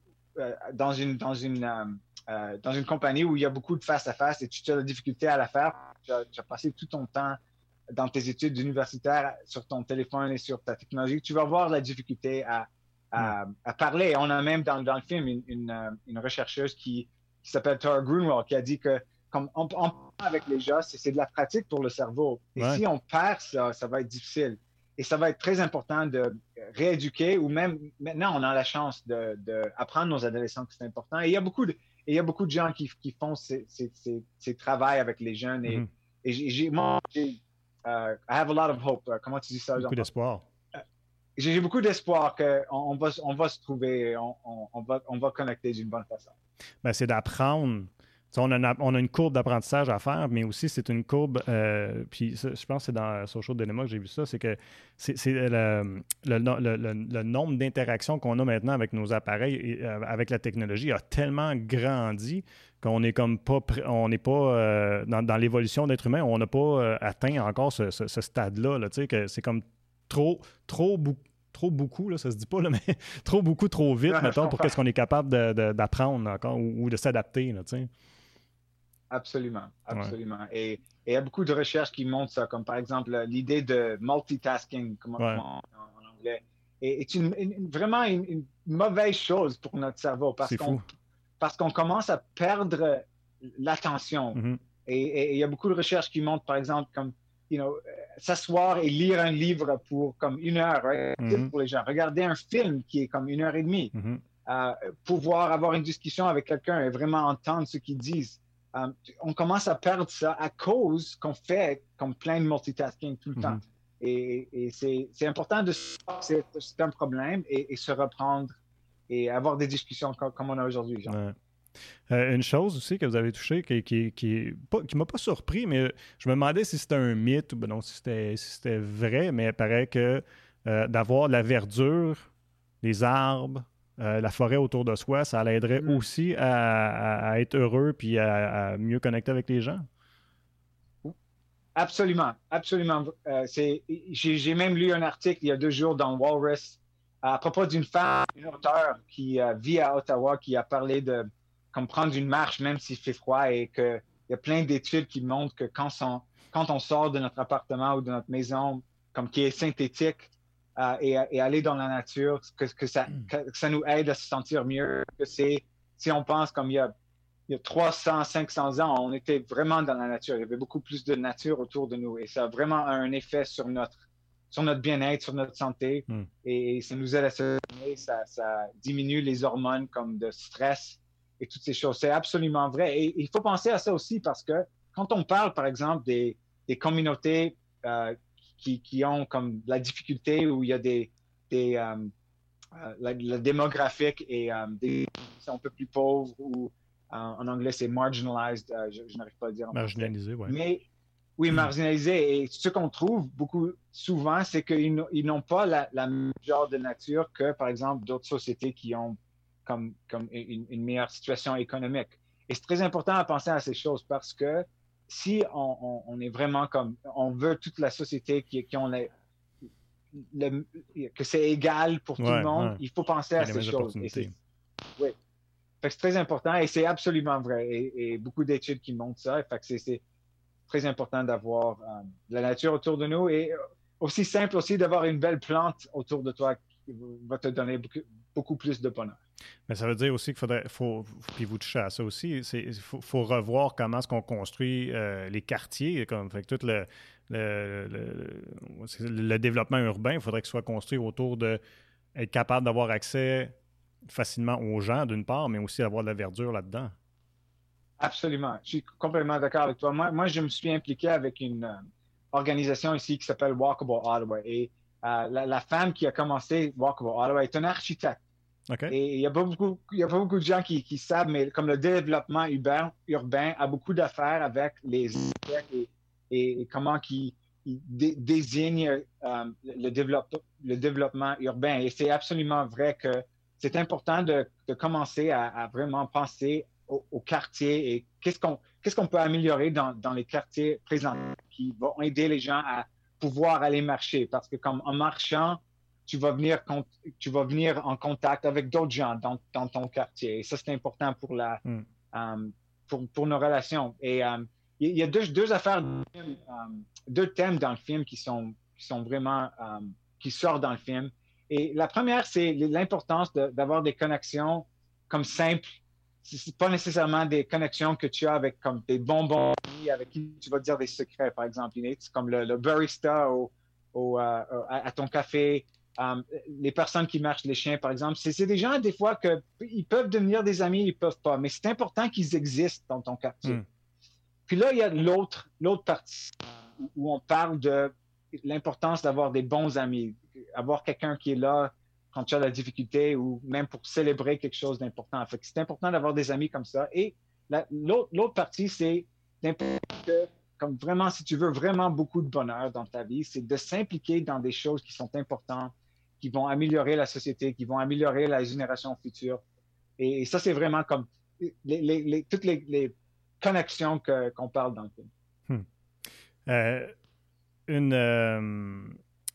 [SPEAKER 2] dans une, dans, une, euh, euh, dans une compagnie où il y a beaucoup de face-à-face et tu as la difficulté à la faire, tu as, tu as passé tout ton temps dans tes études universitaires sur ton téléphone et sur ta technologie, tu vas avoir la difficulté à, à, mm. à parler. On a même dans, dans le film une, une, une rechercheuse qui, qui s'appelle Tara Grunwald qui a dit que comme on, on parle avec les gens, c'est, c'est de la pratique pour le cerveau. Et ouais. si on perd ça, ça va être difficile. Et ça va être très important de rééduquer ou même maintenant, on a la chance d'apprendre nos adolescents que c'est important. Et il y a beaucoup de, et il y a beaucoup de gens qui, qui font ces, ces, ces, ces travaux avec les jeunes. Et, mm-hmm. et j'ai, j'ai, moi, j'ai, uh, I have a lot of hope. Uh, comment tu dis ça?
[SPEAKER 1] Beaucoup d'espoir.
[SPEAKER 2] Uh, j'ai, j'ai beaucoup d'espoir qu'on on va, on va se trouver, on, on, on, va, on va connecter d'une bonne façon.
[SPEAKER 1] Ben, c'est d'apprendre. On a, une, on a une courbe d'apprentissage à faire, mais aussi c'est une courbe, euh, puis ça, je pense que c'est dans Social Dilemma que j'ai vu ça, c'est que c'est, c'est le, le, le, le, le nombre d'interactions qu'on a maintenant avec nos appareils et euh, avec la technologie a tellement grandi qu'on n'est comme pas, on n'est pas euh, dans, dans l'évolution d'être humain, on n'a pas euh, atteint encore ce, ce, ce stade-là, là, tu sais, que c'est comme trop, trop beaucoup. Trop beaucoup, là, ça se dit pas, là, mais trop beaucoup, trop vite, mettons, pour qu'est-ce qu'on est capable de, de, d'apprendre encore ou, ou de s'adapter, là, tu sais.
[SPEAKER 2] Absolument, absolument. Ouais. Et il y a beaucoup de recherches qui montrent ça, comme par exemple l'idée de multitasking, comme ouais. en, en anglais. est, est une, une, vraiment une, une mauvaise chose pour notre cerveau parce qu'on, parce qu'on commence à perdre l'attention. Mm-hmm. Et il y a beaucoup de recherches qui montrent, par exemple, comme you know, s'asseoir et lire un livre pour comme une heure, right? Mm-hmm. Pour les gens. Regarder un film qui est comme une heure et demie. Mm-hmm. Euh, pouvoir avoir une discussion avec quelqu'un et vraiment entendre ce qu'ils disent. Euh, on commence à perdre ça à cause qu'on fait comme plein de multitasking tout le mm-hmm. temps. Et, et c'est, c'est important de savoir que c'est, c'est un problème et, et se reprendre et avoir des discussions comme, comme on a aujourd'hui. Genre.
[SPEAKER 1] Ouais. Euh, une chose aussi que vous avez touchée qui, qui, qui, pas, qui m'a pas surpris, mais je me demandais si c'était un mythe ou ben non, si c'était, si c'était vrai, mais il paraît que euh, d'avoir la verdure, les arbres, euh, la forêt autour de soi, ça l'aiderait mm. aussi à, à, à être heureux puis à, à mieux connecter avec les gens.
[SPEAKER 2] Absolument, absolument. Euh, c'est, j'ai, j'ai même lu un article il y a deux jours dans Walrus à propos d'une femme, une auteure qui euh, vit à Ottawa, qui a parlé de comme prendre une marche même s'il fait froid et qu'il y a plein d'études qui montrent que quand on, quand on sort de notre appartement ou de notre maison, comme qui est synthétique, euh, et, et aller dans la nature, que, que, ça, que, que ça nous aide à se sentir mieux. Que c'est, si on pense comme il y a Il y a trois cents, cinq cents ans, on était vraiment dans la nature. Il y avait beaucoup plus de nature autour de nous et ça a vraiment un effet sur notre, sur notre bien-être, sur notre santé. Mm. Et, et ça nous aide à se ça, ça diminue les hormones comme de stress et toutes ces choses. C'est absolument vrai. Et il faut penser à ça aussi parce que quand on parle, par exemple, des, des communautés euh, qui, qui ont comme la difficulté où il y a des, des euh, euh, la, la démographique et euh, des qui sont un peu plus pauvres ou en anglais, c'est marginalized. Euh, je, je n'arrive pas à le dire en
[SPEAKER 1] marginalisé, oui.
[SPEAKER 2] Mais oui, marginalisé. Et ce qu'on trouve beaucoup souvent, c'est qu'ils ils n'ont pas la, la même genre de nature que, par exemple, d'autres sociétés qui ont comme, comme une, une meilleure situation économique. Et c'est très important à penser à ces choses parce que si on, on, on est vraiment comme, on veut toute la société qui, qui ont les, le, que c'est égal pour tout ouais, le monde, ouais. il faut penser à ces choses. Et c'est, oui. Fait que c'est très important et c'est absolument vrai. Et, et beaucoup d'études qui montrent ça. Fait que c'est, c'est très important d'avoir euh, de la nature autour de nous et aussi simple aussi d'avoir une belle plante autour de toi qui va te donner beaucoup, beaucoup plus de bonheur.
[SPEAKER 1] Mais ça veut dire aussi qu'il faudrait, faut, puis vous touchez à ça aussi, il faut, faut revoir comment est-ce qu'on construit euh, les quartiers, comme fait que tout le, le, le, le développement urbain, il faudrait qu'il soit construit autour de être capable d'avoir accès facilement aux gens, d'une part, mais aussi avoir de la verdure là-dedans.
[SPEAKER 2] Absolument. Je suis complètement d'accord avec toi. Moi, moi je me suis impliqué avec une euh, organisation ici qui s'appelle Walkable Ottawa. Et euh, la, la femme qui a commencé Walkable Ottawa est un architecte.
[SPEAKER 1] Okay.
[SPEAKER 2] Et il n'y a pas beaucoup, il y a pas beaucoup de gens qui, qui savent, mais comme le développement urbain, urbain a beaucoup d'affaires avec les architectes et, et, et comment ils dé, désignent euh, le, développe, le développement urbain. Et c'est absolument vrai que c'est important de, de commencer à, à vraiment penser au, au quartier et qu'est-ce qu'on, qu'est-ce qu'on peut améliorer dans, dans les quartiers présents qui vont aider les gens à pouvoir aller marcher. Parce que comme en marchant, tu vas venir, tu vas venir en contact avec d'autres gens dans, dans ton quartier. Et ça, c'est important pour, la, mm. um, pour, pour nos relations. Et um, il y a deux, deux affaires, um, deux thèmes dans le film qui sont, qui sont vraiment, um, qui sortent dans le film. Et la première, c'est l'importance de, d'avoir des connexions comme simples. C'est pas nécessairement des connexions que tu as avec comme des bonbons avec qui tu vas dire des secrets, par exemple. C'est comme le, le barista au, au, euh, à, à ton café. Um, les personnes qui marchent les chiens, par exemple, c'est, c'est des gens, des fois, que ils peuvent devenir des amis, ils peuvent pas. Mais c'est important qu'ils existent dans ton quartier. Mm. Puis là, il y a l'autre, l'autre partie où on parle de l'importance d'avoir des bons amis, avoir quelqu'un qui est là quand tu as la difficulté ou même pour célébrer quelque chose d'important. Fait que c'est important d'avoir des amis comme ça. Et la, l'autre, l'autre partie, c'est d'important que, comme vraiment, si tu veux vraiment beaucoup de bonheur dans ta vie, c'est de s'impliquer dans des choses qui sont importantes, qui vont améliorer la société, qui vont améliorer la génération future. Et, et ça, c'est vraiment comme les, les, les, toutes les, les connexions que, qu'on parle dans le film.
[SPEAKER 1] Hmm. Euh, une... Euh...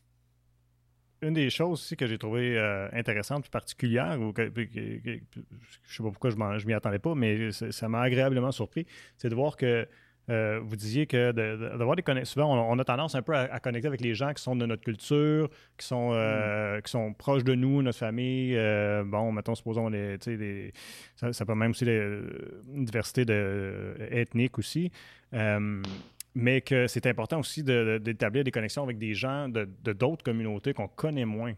[SPEAKER 1] Une des choses aussi que j'ai trouvé euh, intéressante et particulière, ou que, que, que, que, je ne sais pas pourquoi je ne m'y attendais pas, mais ça, ça m'a agréablement surpris, c'est de voir que euh, vous disiez que de, de, d'avoir des connexions, souvent, on, on a tendance un peu à, à connecter avec les gens qui sont de notre culture, qui sont, euh, mm. qui sont proches de nous, notre famille. Euh, bon, mettons, supposons, les, les, ça, ça peut même aussi les, une diversité de, euh, ethnique aussi. Euh, mais que c'est important aussi de, de, d'établir des connexions avec des gens de, de d'autres communautés qu'on connaît moins.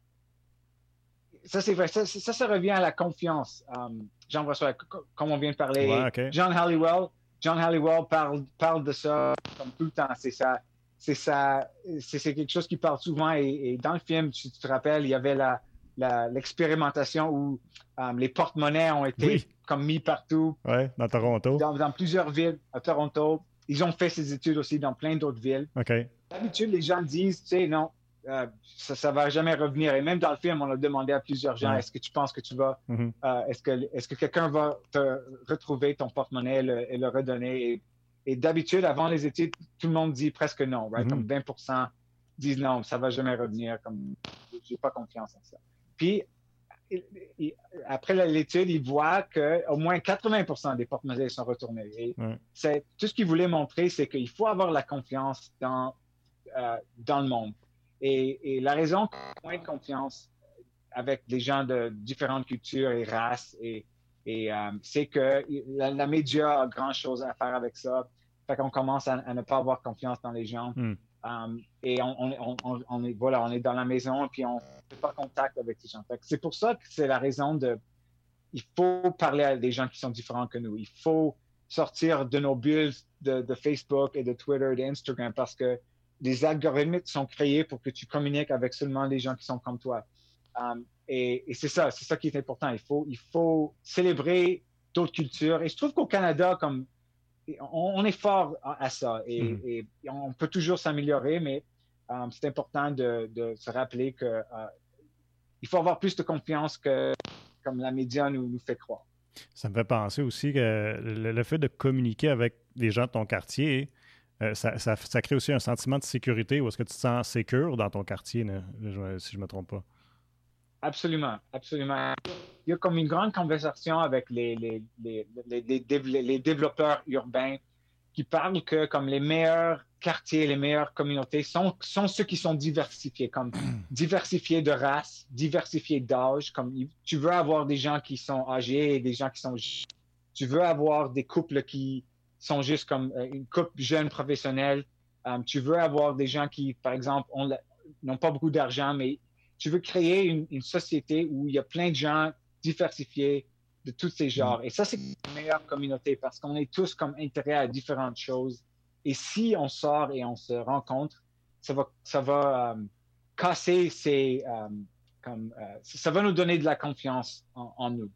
[SPEAKER 2] Ça, c'est vrai. Ça, ça, ça revient à la confiance. Um, Jean-François, comme on vient de parler,
[SPEAKER 1] ouais, okay.
[SPEAKER 2] John Halliwell, John Halliwell parle, parle de ça comme tout le temps. C'est ça, c'est ça, c'est, c'est quelque chose qui parle souvent. Et, et dans le film, tu, tu te rappelles, il y avait la, la, l'expérimentation où um, les porte-monnaies ont été
[SPEAKER 1] oui.
[SPEAKER 2] comme mis partout.
[SPEAKER 1] Oui, dans Toronto.
[SPEAKER 2] Dans, dans plusieurs villes, à Toronto. Ils ont fait ces études aussi dans plein d'autres villes.
[SPEAKER 1] Okay.
[SPEAKER 2] D'habitude, les gens disent, tu sais, non, Euh, ça ne va jamais revenir. Et même dans le film, on a demandé à plusieurs gens, ouais. est-ce que tu penses que tu vas, mm-hmm. euh, est-ce que, est-ce que quelqu'un va te retrouver ton porte-monnaie et le, et le redonner? Et, et d'habitude, avant les études, tout le monde dit presque non, right? Mm-hmm. Comme vingt pour cent disent non, ça ne va jamais revenir. Comme, j'ai pas confiance en ça. Puis, il, il, après l'étude, ils voient qu'au moins quatre-vingts pour cent des porte-monnaies sont retournés. Et ouais. c'est, tout ce qu'ils voulaient montrer, c'est qu'il faut avoir la confiance dans, euh, dans le monde. Et, et la raison qu'on a moins de confiance avec des gens de différentes cultures et races, et, et euh, c'est que la, la média a grand chose à faire avec ça. Fait qu'on commence à, à ne pas avoir confiance dans les gens. Mm. Um, et on, on, on, on, est, voilà, on est dans la maison et puis on ne fait pas contact avec les gens. Fait que c'est pour ça que c'est la raison de... Il faut parler à des gens qui sont différents que nous. Il faut sortir de nos bulles de, de Facebook et de Twitter, d'Instagram, parce que les algorithmes sont créés pour que tu communiques avec seulement les gens qui sont comme toi. Um, et, et c'est ça, c'est ça qui est important. Il faut, il faut célébrer d'autres cultures. Et je trouve qu'au Canada, comme on, on est fort à, à ça. Et, mm-hmm. et, et on peut toujours s'améliorer, mais um, c'est important de, de se rappeler que uh, il faut avoir plus de confiance que comme la média nous, nous fait croire.
[SPEAKER 1] Ça me fait penser aussi que le, le fait de communiquer avec des gens de ton quartier, Euh, ça, ça, ça crée aussi un sentiment de sécurité, ou est-ce que tu te sens sécure dans ton quartier, là, si je ne me trompe pas?
[SPEAKER 2] Absolument, absolument. Il y a comme une grande conversation avec les, les, les, les, les, les développeurs urbains qui parlent que comme les meilleurs quartiers, les meilleures communautés sont, sont ceux qui sont diversifiés, comme diversifiés de race, diversifiés d'âge, comme tu veux avoir des gens qui sont âgés et des gens qui sont... Tu veux avoir des couples qui sont juste comme une couple jeune professionnelle. Um, tu veux avoir des gens qui, par exemple, ont, n'ont pas beaucoup d'argent, mais tu veux créer une, une société où il y a plein de gens diversifiés de tous ces genres. Et ça, c'est la meilleure communauté parce qu'on est tous comme intérêts à différentes choses. Et si on sort et on se rencontre, ça va, ça va um, casser ces... Um, comme, uh, ça va nous donner de la confiance en, en nous.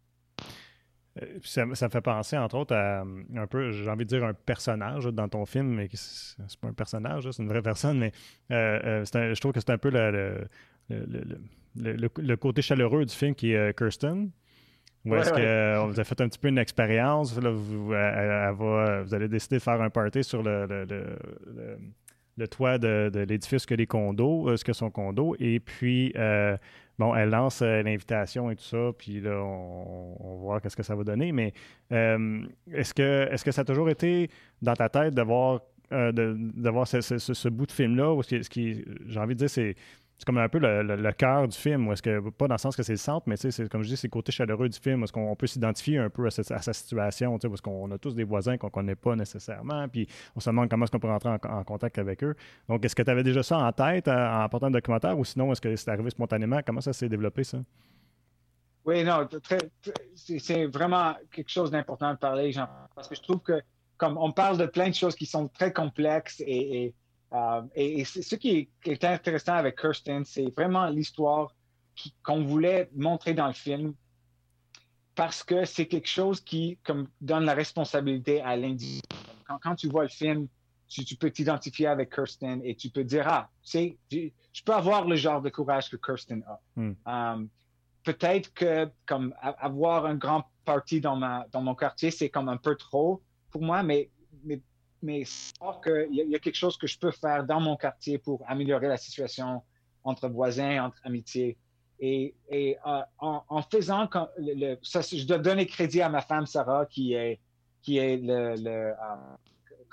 [SPEAKER 1] Ça, ça me fait penser, entre autres, à un peu, j'ai envie de dire un personnage dans ton film, mais c'est, c'est pas un personnage, c'est une vraie personne, mais euh, euh, c'est un, je trouve que c'est un peu le, le, le, le, le, le côté chaleureux du film qui est euh, Kirsten. Où est-ce ouais, ouais. qu'on vous a fait un petit peu une expérience, là, vous, elle, elle va, vous allez décider de faire un party sur le, le, le, le, le toit de, de l'édifice que les condos, euh, ce que son condo, et puis... Euh, Bon, elle lance euh, l'invitation et tout ça, puis là, on, on va voir qu'est-ce que ça va donner. Mais euh, est-ce que est-ce que ça a toujours été dans ta tête d'avoir, euh, de, d'avoir ce, ce, ce bout de film-là, ou ce qui, ce qui, j'ai envie de dire, c'est, c'est comme un peu le, le, le cœur du film, ou est-ce que, pas dans le sens que c'est le centre, mais c'est, comme je dis, c'est le côté chaleureux du film, est-ce qu'on peut s'identifier un peu à, cette, à sa situation, parce qu'on a tous des voisins qu'on ne connaît pas nécessairement, puis on se demande comment est-ce qu'on peut rentrer en, en contact avec eux. Donc, est-ce que tu avais déjà ça en tête en, en portant le documentaire, ou sinon, est-ce que c'est arrivé spontanément? Comment ça s'est développé, ça?
[SPEAKER 2] Oui, non, très, très, c'est, c'est vraiment quelque chose d'important de parler, Jean, parce que je trouve que, comme on parle de plein de choses qui sont très complexes et, et Uh, et, et ce qui est, qui est intéressant avec Kirsten, c'est vraiment l'histoire qui, qu'on voulait montrer dans le film parce que c'est quelque chose qui comme, donne la responsabilité à l'individu. Quand, quand tu vois le film, tu, tu peux t'identifier avec Kirsten et tu peux dire, ah, tu sais, je, je peux avoir le genre de courage que Kirsten a. Mm. Um, peut-être que comme avoir un grand party dans, ma, dans mon quartier, c'est comme un peu trop pour moi, mais, mais mais savoir qu'il y, y a quelque chose que je peux faire dans mon quartier pour améliorer la situation entre voisins, entre amitiés. Et, et euh, en, en faisant, quand, le, le, ça, je dois donner crédit à ma femme Sarah, qui est, qui est le, le, euh,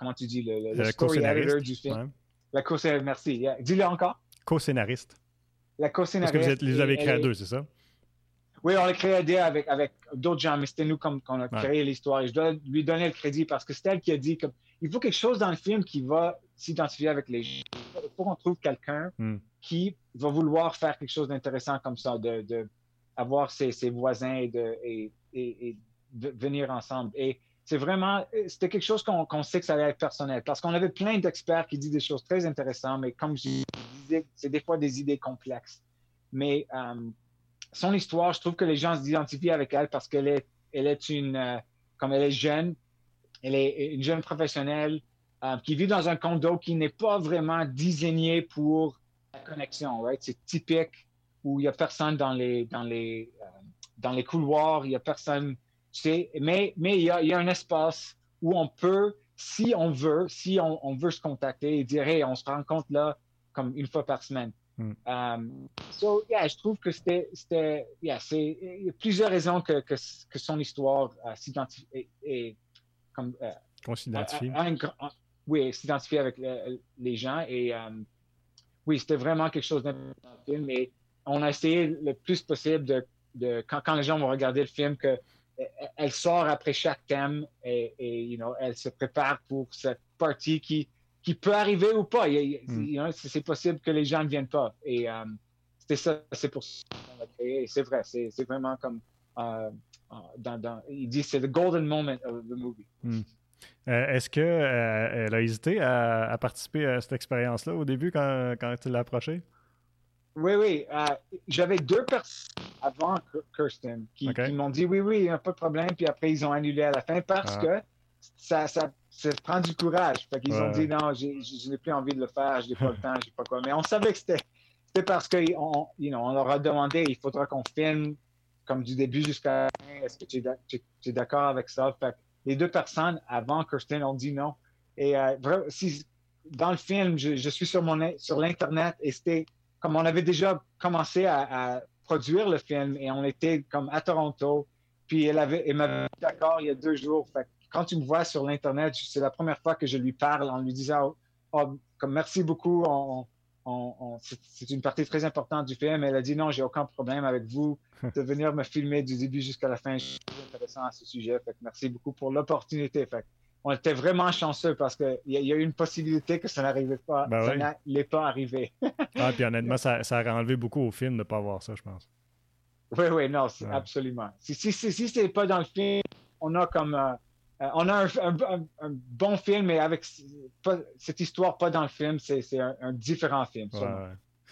[SPEAKER 2] comment tu dis, le, le, le
[SPEAKER 1] Le
[SPEAKER 2] story editor
[SPEAKER 1] co-scénariste.
[SPEAKER 2] du film.
[SPEAKER 1] Ouais.
[SPEAKER 2] La co-scénariste, merci. Yeah. Dis-le encore.
[SPEAKER 1] Co-scénariste.
[SPEAKER 2] La
[SPEAKER 1] Parce
[SPEAKER 2] co-scénariste.
[SPEAKER 1] que vous, êtes, vous avez
[SPEAKER 2] et-
[SPEAKER 1] écrit à
[SPEAKER 2] elle est-
[SPEAKER 1] deux, c'est ça?
[SPEAKER 2] Oui, on l'a créé à deux avec, avec d'autres gens, mais c'était nous comme qu'on a
[SPEAKER 1] Ouais.
[SPEAKER 2] créé l'histoire. Et je dois lui donner le crédit parce que c'est elle qui a dit comme, il faut quelque chose dans le film qui va s'identifier avec les gens. Il faut qu'on trouve quelqu'un
[SPEAKER 1] Hmm.
[SPEAKER 2] qui va vouloir faire quelque chose d'intéressant comme ça, de, de avoir ses, ses voisins et, de, et, et, et de venir ensemble. Et c'est vraiment, c'était quelque chose qu'on qu'on sait que ça allait être personnel parce qu'on avait plein d'experts qui disent des choses très intéressantes, mais comme je disais, c'est des fois des idées complexes. Mais euh, son histoire, je trouve que les gens s'identifient avec elle parce qu'elle est, elle est une, euh, comme elle est jeune, elle est une jeune professionnelle euh, qui vit dans un condo qui n'est pas vraiment désigné pour la connexion, right? C'est typique où il n'y a personne dans les, dans les, euh, dans les couloirs, il n'y a personne, tu sais, mais, mais il y a, il y a un espace où on peut, si on veut, si on, on veut se contacter et dire, hey, on se rencontre là comme une fois par semaine.
[SPEAKER 1] Mm.
[SPEAKER 2] Um, so, yeah, je trouve que c'était, c'était yeah, c'est, il y a plusieurs raisons que, que, que son histoire euh, s'identifie, est, est, comme, euh,
[SPEAKER 1] Qu'on s'identifie.
[SPEAKER 2] a- a un grand- oui, s'identifier avec le- les gens. Et um, oui, c'était vraiment quelque chose d'important dans le film. Et on a essayé le plus possible de, de quand, quand les gens vont regarder le film, que elle sort après chaque thème et, et you know, elle se prépare pour cette partie qui qui peut arriver ou pas. Il,
[SPEAKER 1] Mm.
[SPEAKER 2] you know, c'est possible que les gens ne viennent pas. Et um, c'était ça, c'est pour ça qu'on l'a créé. Et c'est vrai, c'est, c'est vraiment comme euh, dans, dans, il dit c'est the golden moment of the movie.
[SPEAKER 1] Mm. Euh, est-ce qu'elle euh, a hésité à, à participer à cette expérience-là au début quand, quand tu l'as approché?
[SPEAKER 2] Oui, oui. Euh, j'avais deux personnes avant Kirsten qui,
[SPEAKER 1] okay.
[SPEAKER 2] qui m'ont dit oui, oui, pas de problème. Puis après, ils ont annulé à la fin parce ah. que ça, ça, ça prend du courage. Fait qu'ils ouais. ont dit non, j'ai, je n'ai plus envie de le faire, je n'ai pas le temps, je sais pas quoi. Mais on savait que c'était, c'était parce qu'on you know, on leur a demandé il faudra qu'on filme comme du début jusqu'à la fin. Est-ce que tu es, tu, tu es d'accord avec ça? Fait que les deux personnes avant Kirsten ont dit non. Et euh, si, dans le film, je, je suis sur, mon, sur l'Internet et c'était comme on avait déjà commencé à, à produire le film et on était comme à Toronto, puis elle avait, elle m'avait dit d'accord il y a deux jours. Fait que quand tu me vois sur l'Internet, c'est la première fois que je lui parle en lui disant oh, comme merci beaucoup, on, on, on, c'est, c'est une partie très importante du film. Elle a dit non, j'ai aucun problème avec vous de venir me filmer du début jusqu'à la fin. Je suis très intéressant à ce sujet. Fait que merci beaucoup pour l'opportunité. Fait que on était vraiment chanceux parce qu'il y, y a eu une possibilité que ça n'arrivait pas, ben ça oui. n'allait pas arriver.
[SPEAKER 1] Ah, puis honnêtement, ça, ça a enlevé beaucoup au film de ne pas voir ça, je pense.
[SPEAKER 2] Oui, oui, non, ouais. absolument. Si, si, si, si c'est pas dans le film, on a comme euh, on a un, un, un, un bon film, mais avec pas, cette histoire pas dans le film, c'est, c'est un, un différent film.
[SPEAKER 1] Ouais, ouais.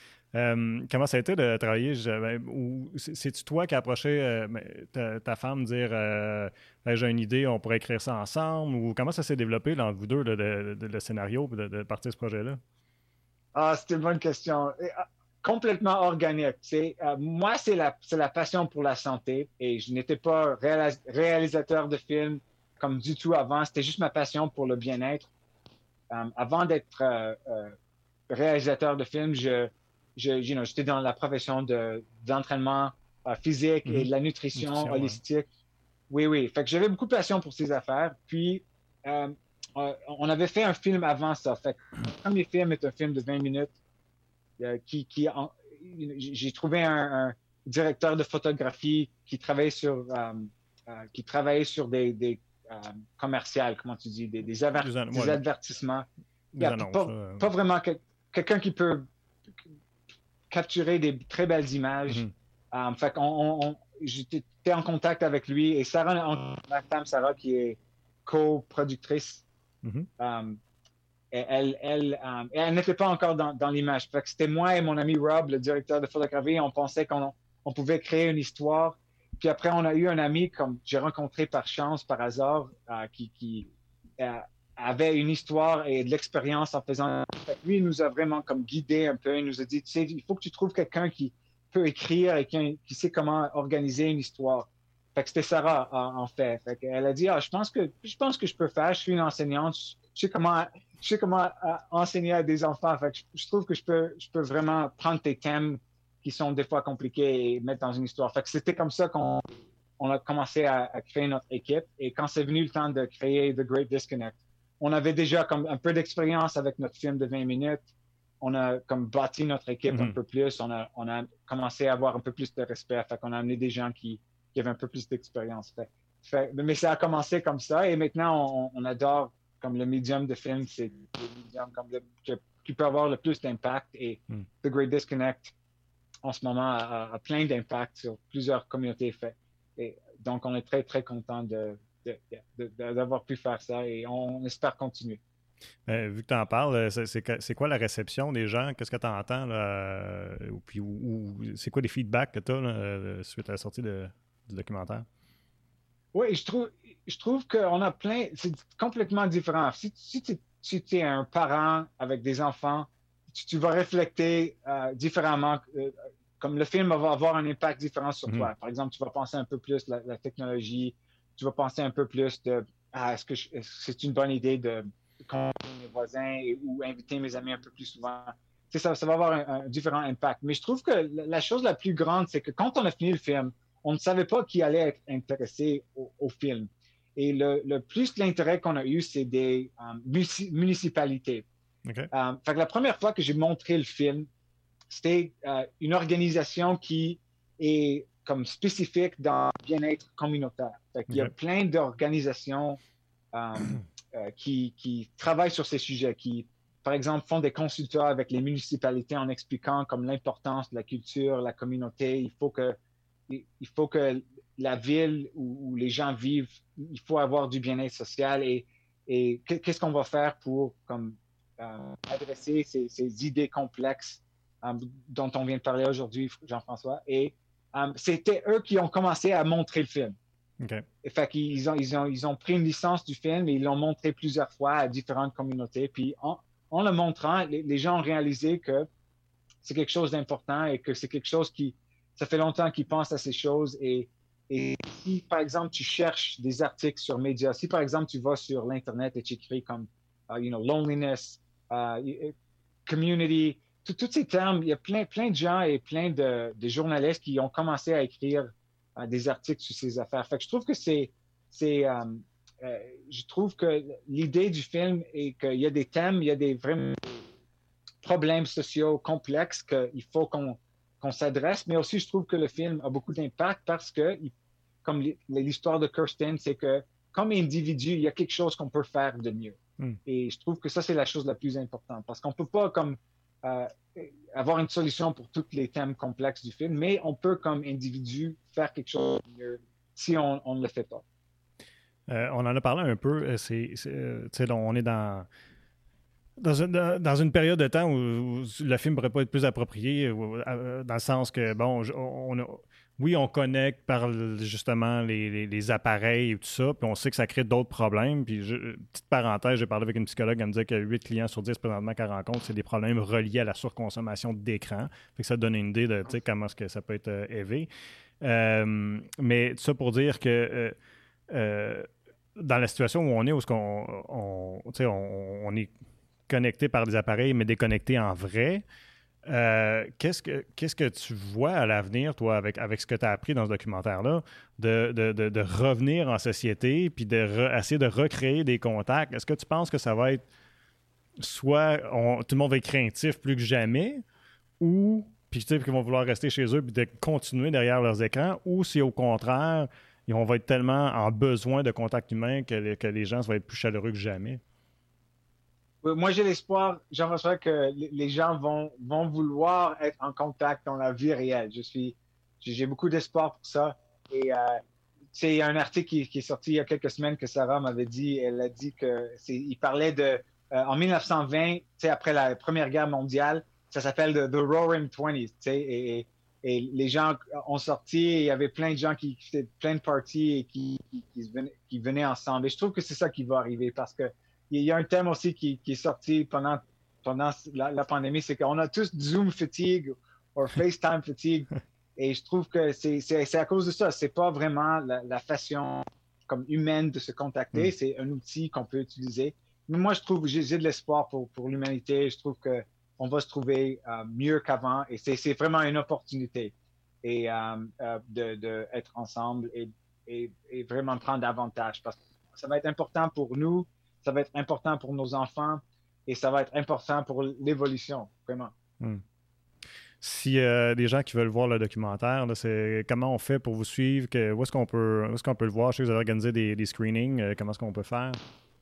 [SPEAKER 1] Euh, comment ça a été de travailler? Je, ben, ou, c'est-tu toi qui as approché euh, ta, ta femme dire euh, ben, j'ai une idée, on pourrait écrire ça ensemble? Ou comment ça s'est développé dans vous deux, le, le, le, le scénario, de, de partir ce projet-là?
[SPEAKER 2] Ah, c'est une bonne question. Et, ah, complètement organique. C'est, euh, moi, c'est la, c'est la passion pour la santé et je n'étais pas réalis- réalisateur de films comme du tout avant. C'était juste ma passion pour le bien-être. Euh, avant d'être euh, euh, réalisateur de films, je Je, you know, j'étais dans la profession de, d'entraînement euh, physique mm-hmm. et de la nutrition, nutrition holistique. Ouais. Oui, oui. Fait que j'avais beaucoup de passion pour ces affaires. Puis, euh, on avait fait un film avant ça. Fait que le premier film est un film de vingt minutes euh, qui, qui en, j'ai trouvé un, un directeur de photographie qui travaillait sur, euh, euh, qui travaillait sur des, des euh, commerciales, comment tu dis, des, des, aver- des, an- des ouais, advertisements. Des yeah, annonces, pas, euh... pas vraiment que, quelqu'un qui peut capturer des très belles images. Mm-hmm. Um, fait qu'on, on, on, j'étais en contact avec lui et Sarah, ma femme Sarah, qui est coproductrice, mm-hmm. um, elle, elle, um, elle n'était pas encore dans, dans l'image. Fait que c'était moi et mon ami Rob, le directeur de photographie. On pensait qu'on on pouvait créer une histoire. Puis après, on a eu un ami comme j'ai rencontré par chance, par hasard, uh, qui, qui uh, avait une histoire et de l'expérience en faisant. Lui, il nous a vraiment comme guidé un peu. Il nous a dit, tu sais, il faut que tu trouves quelqu'un qui peut écrire et qui, qui sait comment organiser une histoire. Fait que c'était Sarah, en fait. Fait qu'elle a dit, ah, je pense que, je pense que je peux faire. Je suis une enseignante. Je sais comment, je sais comment uh, enseigner à des enfants. Fait que je, je trouve que je peux, je peux vraiment prendre tes thèmes qui sont des fois compliqués et mettre dans une histoire. Fait que c'était comme ça qu'on on a commencé à, à créer notre équipe. Et quand c'est venu le temps de créer The Great Disconnect, on avait déjà comme un peu d'expérience avec notre film de vingt minutes. On a comme bâti notre équipe mm-hmm. un peu plus. On a, on a commencé à avoir un peu plus de respect. Fait qu'on a amené des gens qui, qui avaient un peu plus d'expérience. Fait, fait, mais ça a commencé comme ça. Et maintenant, on, on adore comme le médium de film. C'est le médium comme le, qui, qui peut avoir le plus d'impact. Et mm. The Great Disconnect, en ce moment, a, a plein d'impact sur plusieurs communautés. Fait. Et donc, on est très, très content de, de, de, de, d'avoir pu faire ça. Et on espère continuer.
[SPEAKER 1] Euh, vu que tu en parles, c'est, c'est, c'est quoi la réception des gens? Qu'est-ce que tu entends? Là? Ou, puis, ou, ou, c'est quoi les feedbacks que tu as suite à la sortie de, du documentaire?
[SPEAKER 2] Oui, je trouve, je trouve qu'on a plein... C'est complètement différent. Si, si tu si es un parent avec des enfants, tu, tu vas réfléchir euh, différemment. Euh, comme le film va avoir un impact différent sur mm-hmm. toi. Par exemple, tu vas penser un peu plus la, la technologie. Tu vas penser un peu plus de ah, est-ce que, je, est-ce que c'est une bonne idée de convaincre mes voisins et, ou inviter mes amis un peu plus souvent. Tu sais, ça, ça va avoir un, un différent impact. Mais je trouve que la, la chose la plus grande, c'est que quand on a fini le film, on ne savait pas qui allait être intéressé au, au film. Et le, le plus l'intérêt qu'on a eu, c'est des um, municipalités.
[SPEAKER 1] Okay.
[SPEAKER 2] Um, fait que la première fois que j'ai montré le film, c'était uh, une organisation qui est comme spécifique dans le bien-être communautaire. Fait qu'il okay. y a plein d'organisations um, euh, qui, qui travaillent sur ces sujets, qui, par exemple, font des consultats avec les municipalités en expliquant comme l'importance de la culture, la communauté. Il faut que il faut que la ville où, où les gens vivent, il faut avoir du bien-être social et, et qu'est-ce qu'on va faire pour comme, euh, adresser ces, ces idées complexes um, dont on vient de parler aujourd'hui, Jean-François. Et um, c'était eux qui ont commencé à montrer le film.
[SPEAKER 1] Okay.
[SPEAKER 2] Et fait qu'ils ont, ils ont, ils ont pris une licence du film et ils l'ont montré plusieurs fois à différentes communautés. Puis en, en le montrant, les, les gens ont réalisé que c'est quelque chose d'important et que c'est quelque chose qui ça fait longtemps qu'ils pensent à ces choses et, et si, par exemple, tu cherches des articles sur médias, si, par exemple, tu vas sur l'Internet et tu écris comme, uh, you know, loneliness, uh, community, tous ces termes, il y a plein, plein de gens et plein de, de journalistes qui ont commencé à écrire uh, des articles sur ces affaires. Fait que je trouve que c'est, c'est um, euh, je trouve que l'idée du film est qu'il y a des thèmes, il y a des vrais problèmes sociaux complexes qu'il faut qu'on qu'on s'adresse, mais aussi je trouve que le film a beaucoup d'impact parce que, comme l'histoire de Kirsten, c'est que comme individu, il y a quelque chose qu'on peut faire de mieux. Mm. Et je trouve que ça, c'est la chose la plus importante parce qu'on ne peut pas comme euh, avoir une solution pour tous les thèmes complexes du film, mais on peut comme individu faire quelque chose de mieux si on, on ne le fait pas.
[SPEAKER 1] Euh, on en a parlé un peu, c'est, c'est, on est dans... Dans une, dans une période de temps où, où le film ne pourrait pas être plus approprié, dans le sens que, bon, on a, oui, on connecte par justement les, les, les appareils et tout ça, puis on sait que ça crée d'autres problèmes. Puis, je, petite parenthèse, j'ai parlé avec une psychologue, elle me disait que huit clients sur dix présentement qu'elle rencontre, c'est des problèmes reliés à la surconsommation d'écran. Fait que ça donne une idée de comment est-ce que ça peut être euh, élevé. Euh, mais tout ça pour dire que euh, euh, dans la situation où on est, où on, on, on, on est connecté par des appareils, mais déconnecté en vrai. Euh, qu'est-ce que, qu'est-ce que tu vois à l'avenir, toi, avec, avec ce que tu as appris dans ce documentaire-là, de, de, de, de revenir en société puis d'essayer de, re, de recréer des contacts? Est-ce que tu penses que ça va être soit on, tout le monde va être craintif plus que jamais, ou puis tu sais, qu'ils vont vouloir rester chez eux puis de continuer derrière leurs écrans, ou si au contraire, on va être tellement en besoin de contact humain que les, que les gens vont être plus chaleureux que jamais?
[SPEAKER 2] Moi, j'ai l'espoir, Jean-François, que les gens vont, vont vouloir être en contact dans la vie réelle. Je suis, j'ai beaucoup d'espoir pour ça. Et euh, c'est il y a un article qui, qui est sorti il y a quelques semaines que Sarah m'avait dit. Elle a dit que c'est, il parlait de, euh, en dix-neuf cent vingt, après la Première Guerre mondiale, ça s'appelle The, the Roaring Twenties. Et, et, et les gens ont sorti, et il y avait plein de gens qui, qui faisaient plein de parties et qui, qui, qui, venaient, qui venaient ensemble. Et je trouve que c'est ça qui va arriver parce que il y a un thème aussi qui, qui est sorti pendant, pendant la, la pandémie, c'est qu'on a tous Zoom fatigue ou FaceTime fatigue. Et je trouve que c'est, c'est, c'est à cause de ça. C'est pas vraiment la, la façon comme humaine de se contacter. Mm. C'est un outil qu'on peut utiliser. Mais moi, je trouve j'ai, j'ai de l'espoir pour, pour l'humanité. Je trouve qu'on va se trouver euh, mieux qu'avant. Et c'est, c'est vraiment une opportunité et, euh, euh, de, de être ensemble et, et, et vraiment prendre davantage. Parce que ça va être important pour nous ça va être important pour nos enfants et ça va être important pour l'évolution, vraiment.
[SPEAKER 1] Hmm. Si euh, des gens qui veulent voir le documentaire, là, c'est comment on fait pour vous suivre, que, où est-ce qu'on peut, où est-ce qu'on peut le voir? Je sais que vous avez organisé des, des screenings, euh, comment est-ce qu'on peut faire?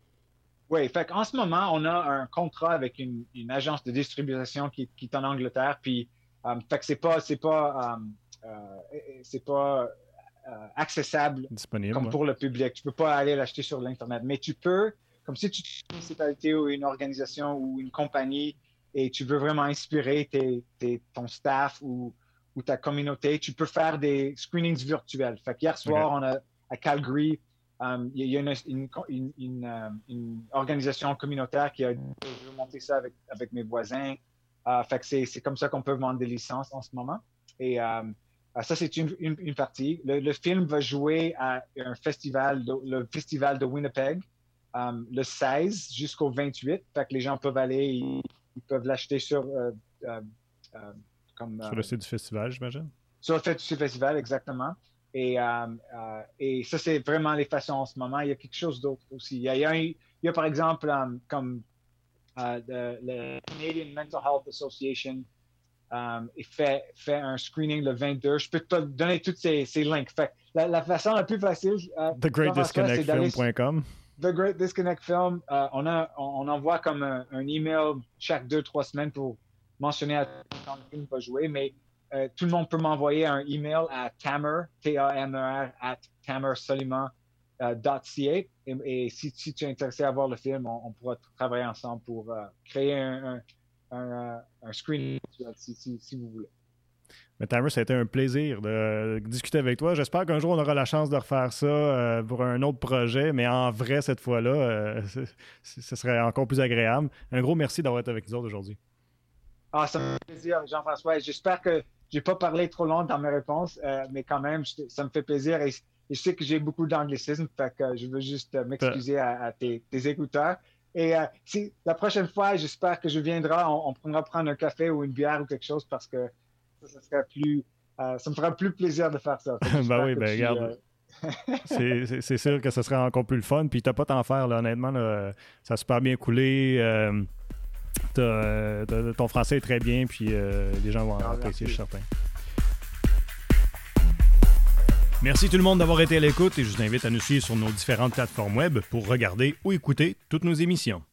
[SPEAKER 2] Oui, fait en ce moment, on a un contrat avec une, une agence de distribution qui, qui est en Angleterre, puis um, fait que c'est pas, c'est pas, um, euh, c'est pas euh, accessible
[SPEAKER 1] disponible
[SPEAKER 2] comme
[SPEAKER 1] ouais.
[SPEAKER 2] pour le public. Tu peux pas aller l'acheter sur l'internet, mais tu peux, comme si tu es une municipalité ou une organisation ou une compagnie et tu veux vraiment inspirer tes, tes, ton staff ou, ou ta communauté, tu peux faire des screenings virtuels. Fait qu'hier soir, okay. on a à Calgary. Um, il y a une, une, une, une, um, une organisation communautaire qui a monté ça avec, avec mes voisins. Uh, fait que c'est, c'est comme ça qu'on peut vendre des licences en ce moment. Et um, uh, ça, c'est une, une, une partie. Le, le film va jouer à un festival, de, le festival de Winnipeg, um, le seize jusqu'au vingt-huit. Fait que les gens peuvent aller, ils, ils peuvent l'acheter sur... Uh, uh, uh, comme,
[SPEAKER 1] sur le site du festival, j'imagine?
[SPEAKER 2] Sur le site du festival, exactement. Et, euh, euh, et ça, c'est vraiment les façons en ce moment. Il y a quelque chose d'autre aussi. Il y a, il y a, un, il y a par exemple, um, comme euh, le, le Canadian Mental Health Association um, fait, fait un screening le vingt-deux. Je peux te donner tous ces, ces links. Fait, la, la façon la plus facile... Euh,
[SPEAKER 1] the great disconnect film point com
[SPEAKER 2] The Great Disconnect Film. Euh, on, a, on, on envoie comme un, un email chaque deux, trois semaines pour mentionner à quand le film va jouer, mais Euh, tout le monde peut m'envoyer un email à tamer, T A M E R, at tamer soliman dot c a. Et, et si, si tu es intéressé à voir le film, on, on pourra travailler ensemble pour uh, créer un, un, un, un screening si, si, si vous voulez.
[SPEAKER 1] Mais Tamer, ça a été un plaisir de discuter avec toi. J'espère qu'un jour, on aura la chance de refaire ça euh, pour un autre projet, mais en vrai, cette fois-là, euh, ce serait encore plus agréable. Un gros merci d'avoir été avec nous autres aujourd'hui.
[SPEAKER 2] Ah, ça me fait plaisir, Jean-François. J'espère que je n'ai pas parlé trop long dans mes réponses, euh, mais quand même, je, ça me fait plaisir. Et, et je sais que j'ai beaucoup d'anglicisme, fait que je veux juste euh, m'excuser à, à tes, tes écouteurs. Et euh, si, la prochaine fois, j'espère que je viendrai, on, on pourra prendre un café ou une bière ou quelque chose parce que ça, ça serait plus, euh, ça me fera plus plaisir de faire ça.
[SPEAKER 1] Ben oui, ben regarde. Euh... c'est, c'est, c'est sûr que ce serait encore plus le fun. Puis t'as pas tant à faire, là, honnêtement. Là, ça a super bien coulé. Euh... T'as, t'as, ton français est très bien, puis euh, les gens vont en apprécier, je suis certain. Merci tout le monde d'avoir été à l'écoute et je vous invite à nous suivre sur nos différentes plateformes web pour regarder ou écouter toutes nos émissions.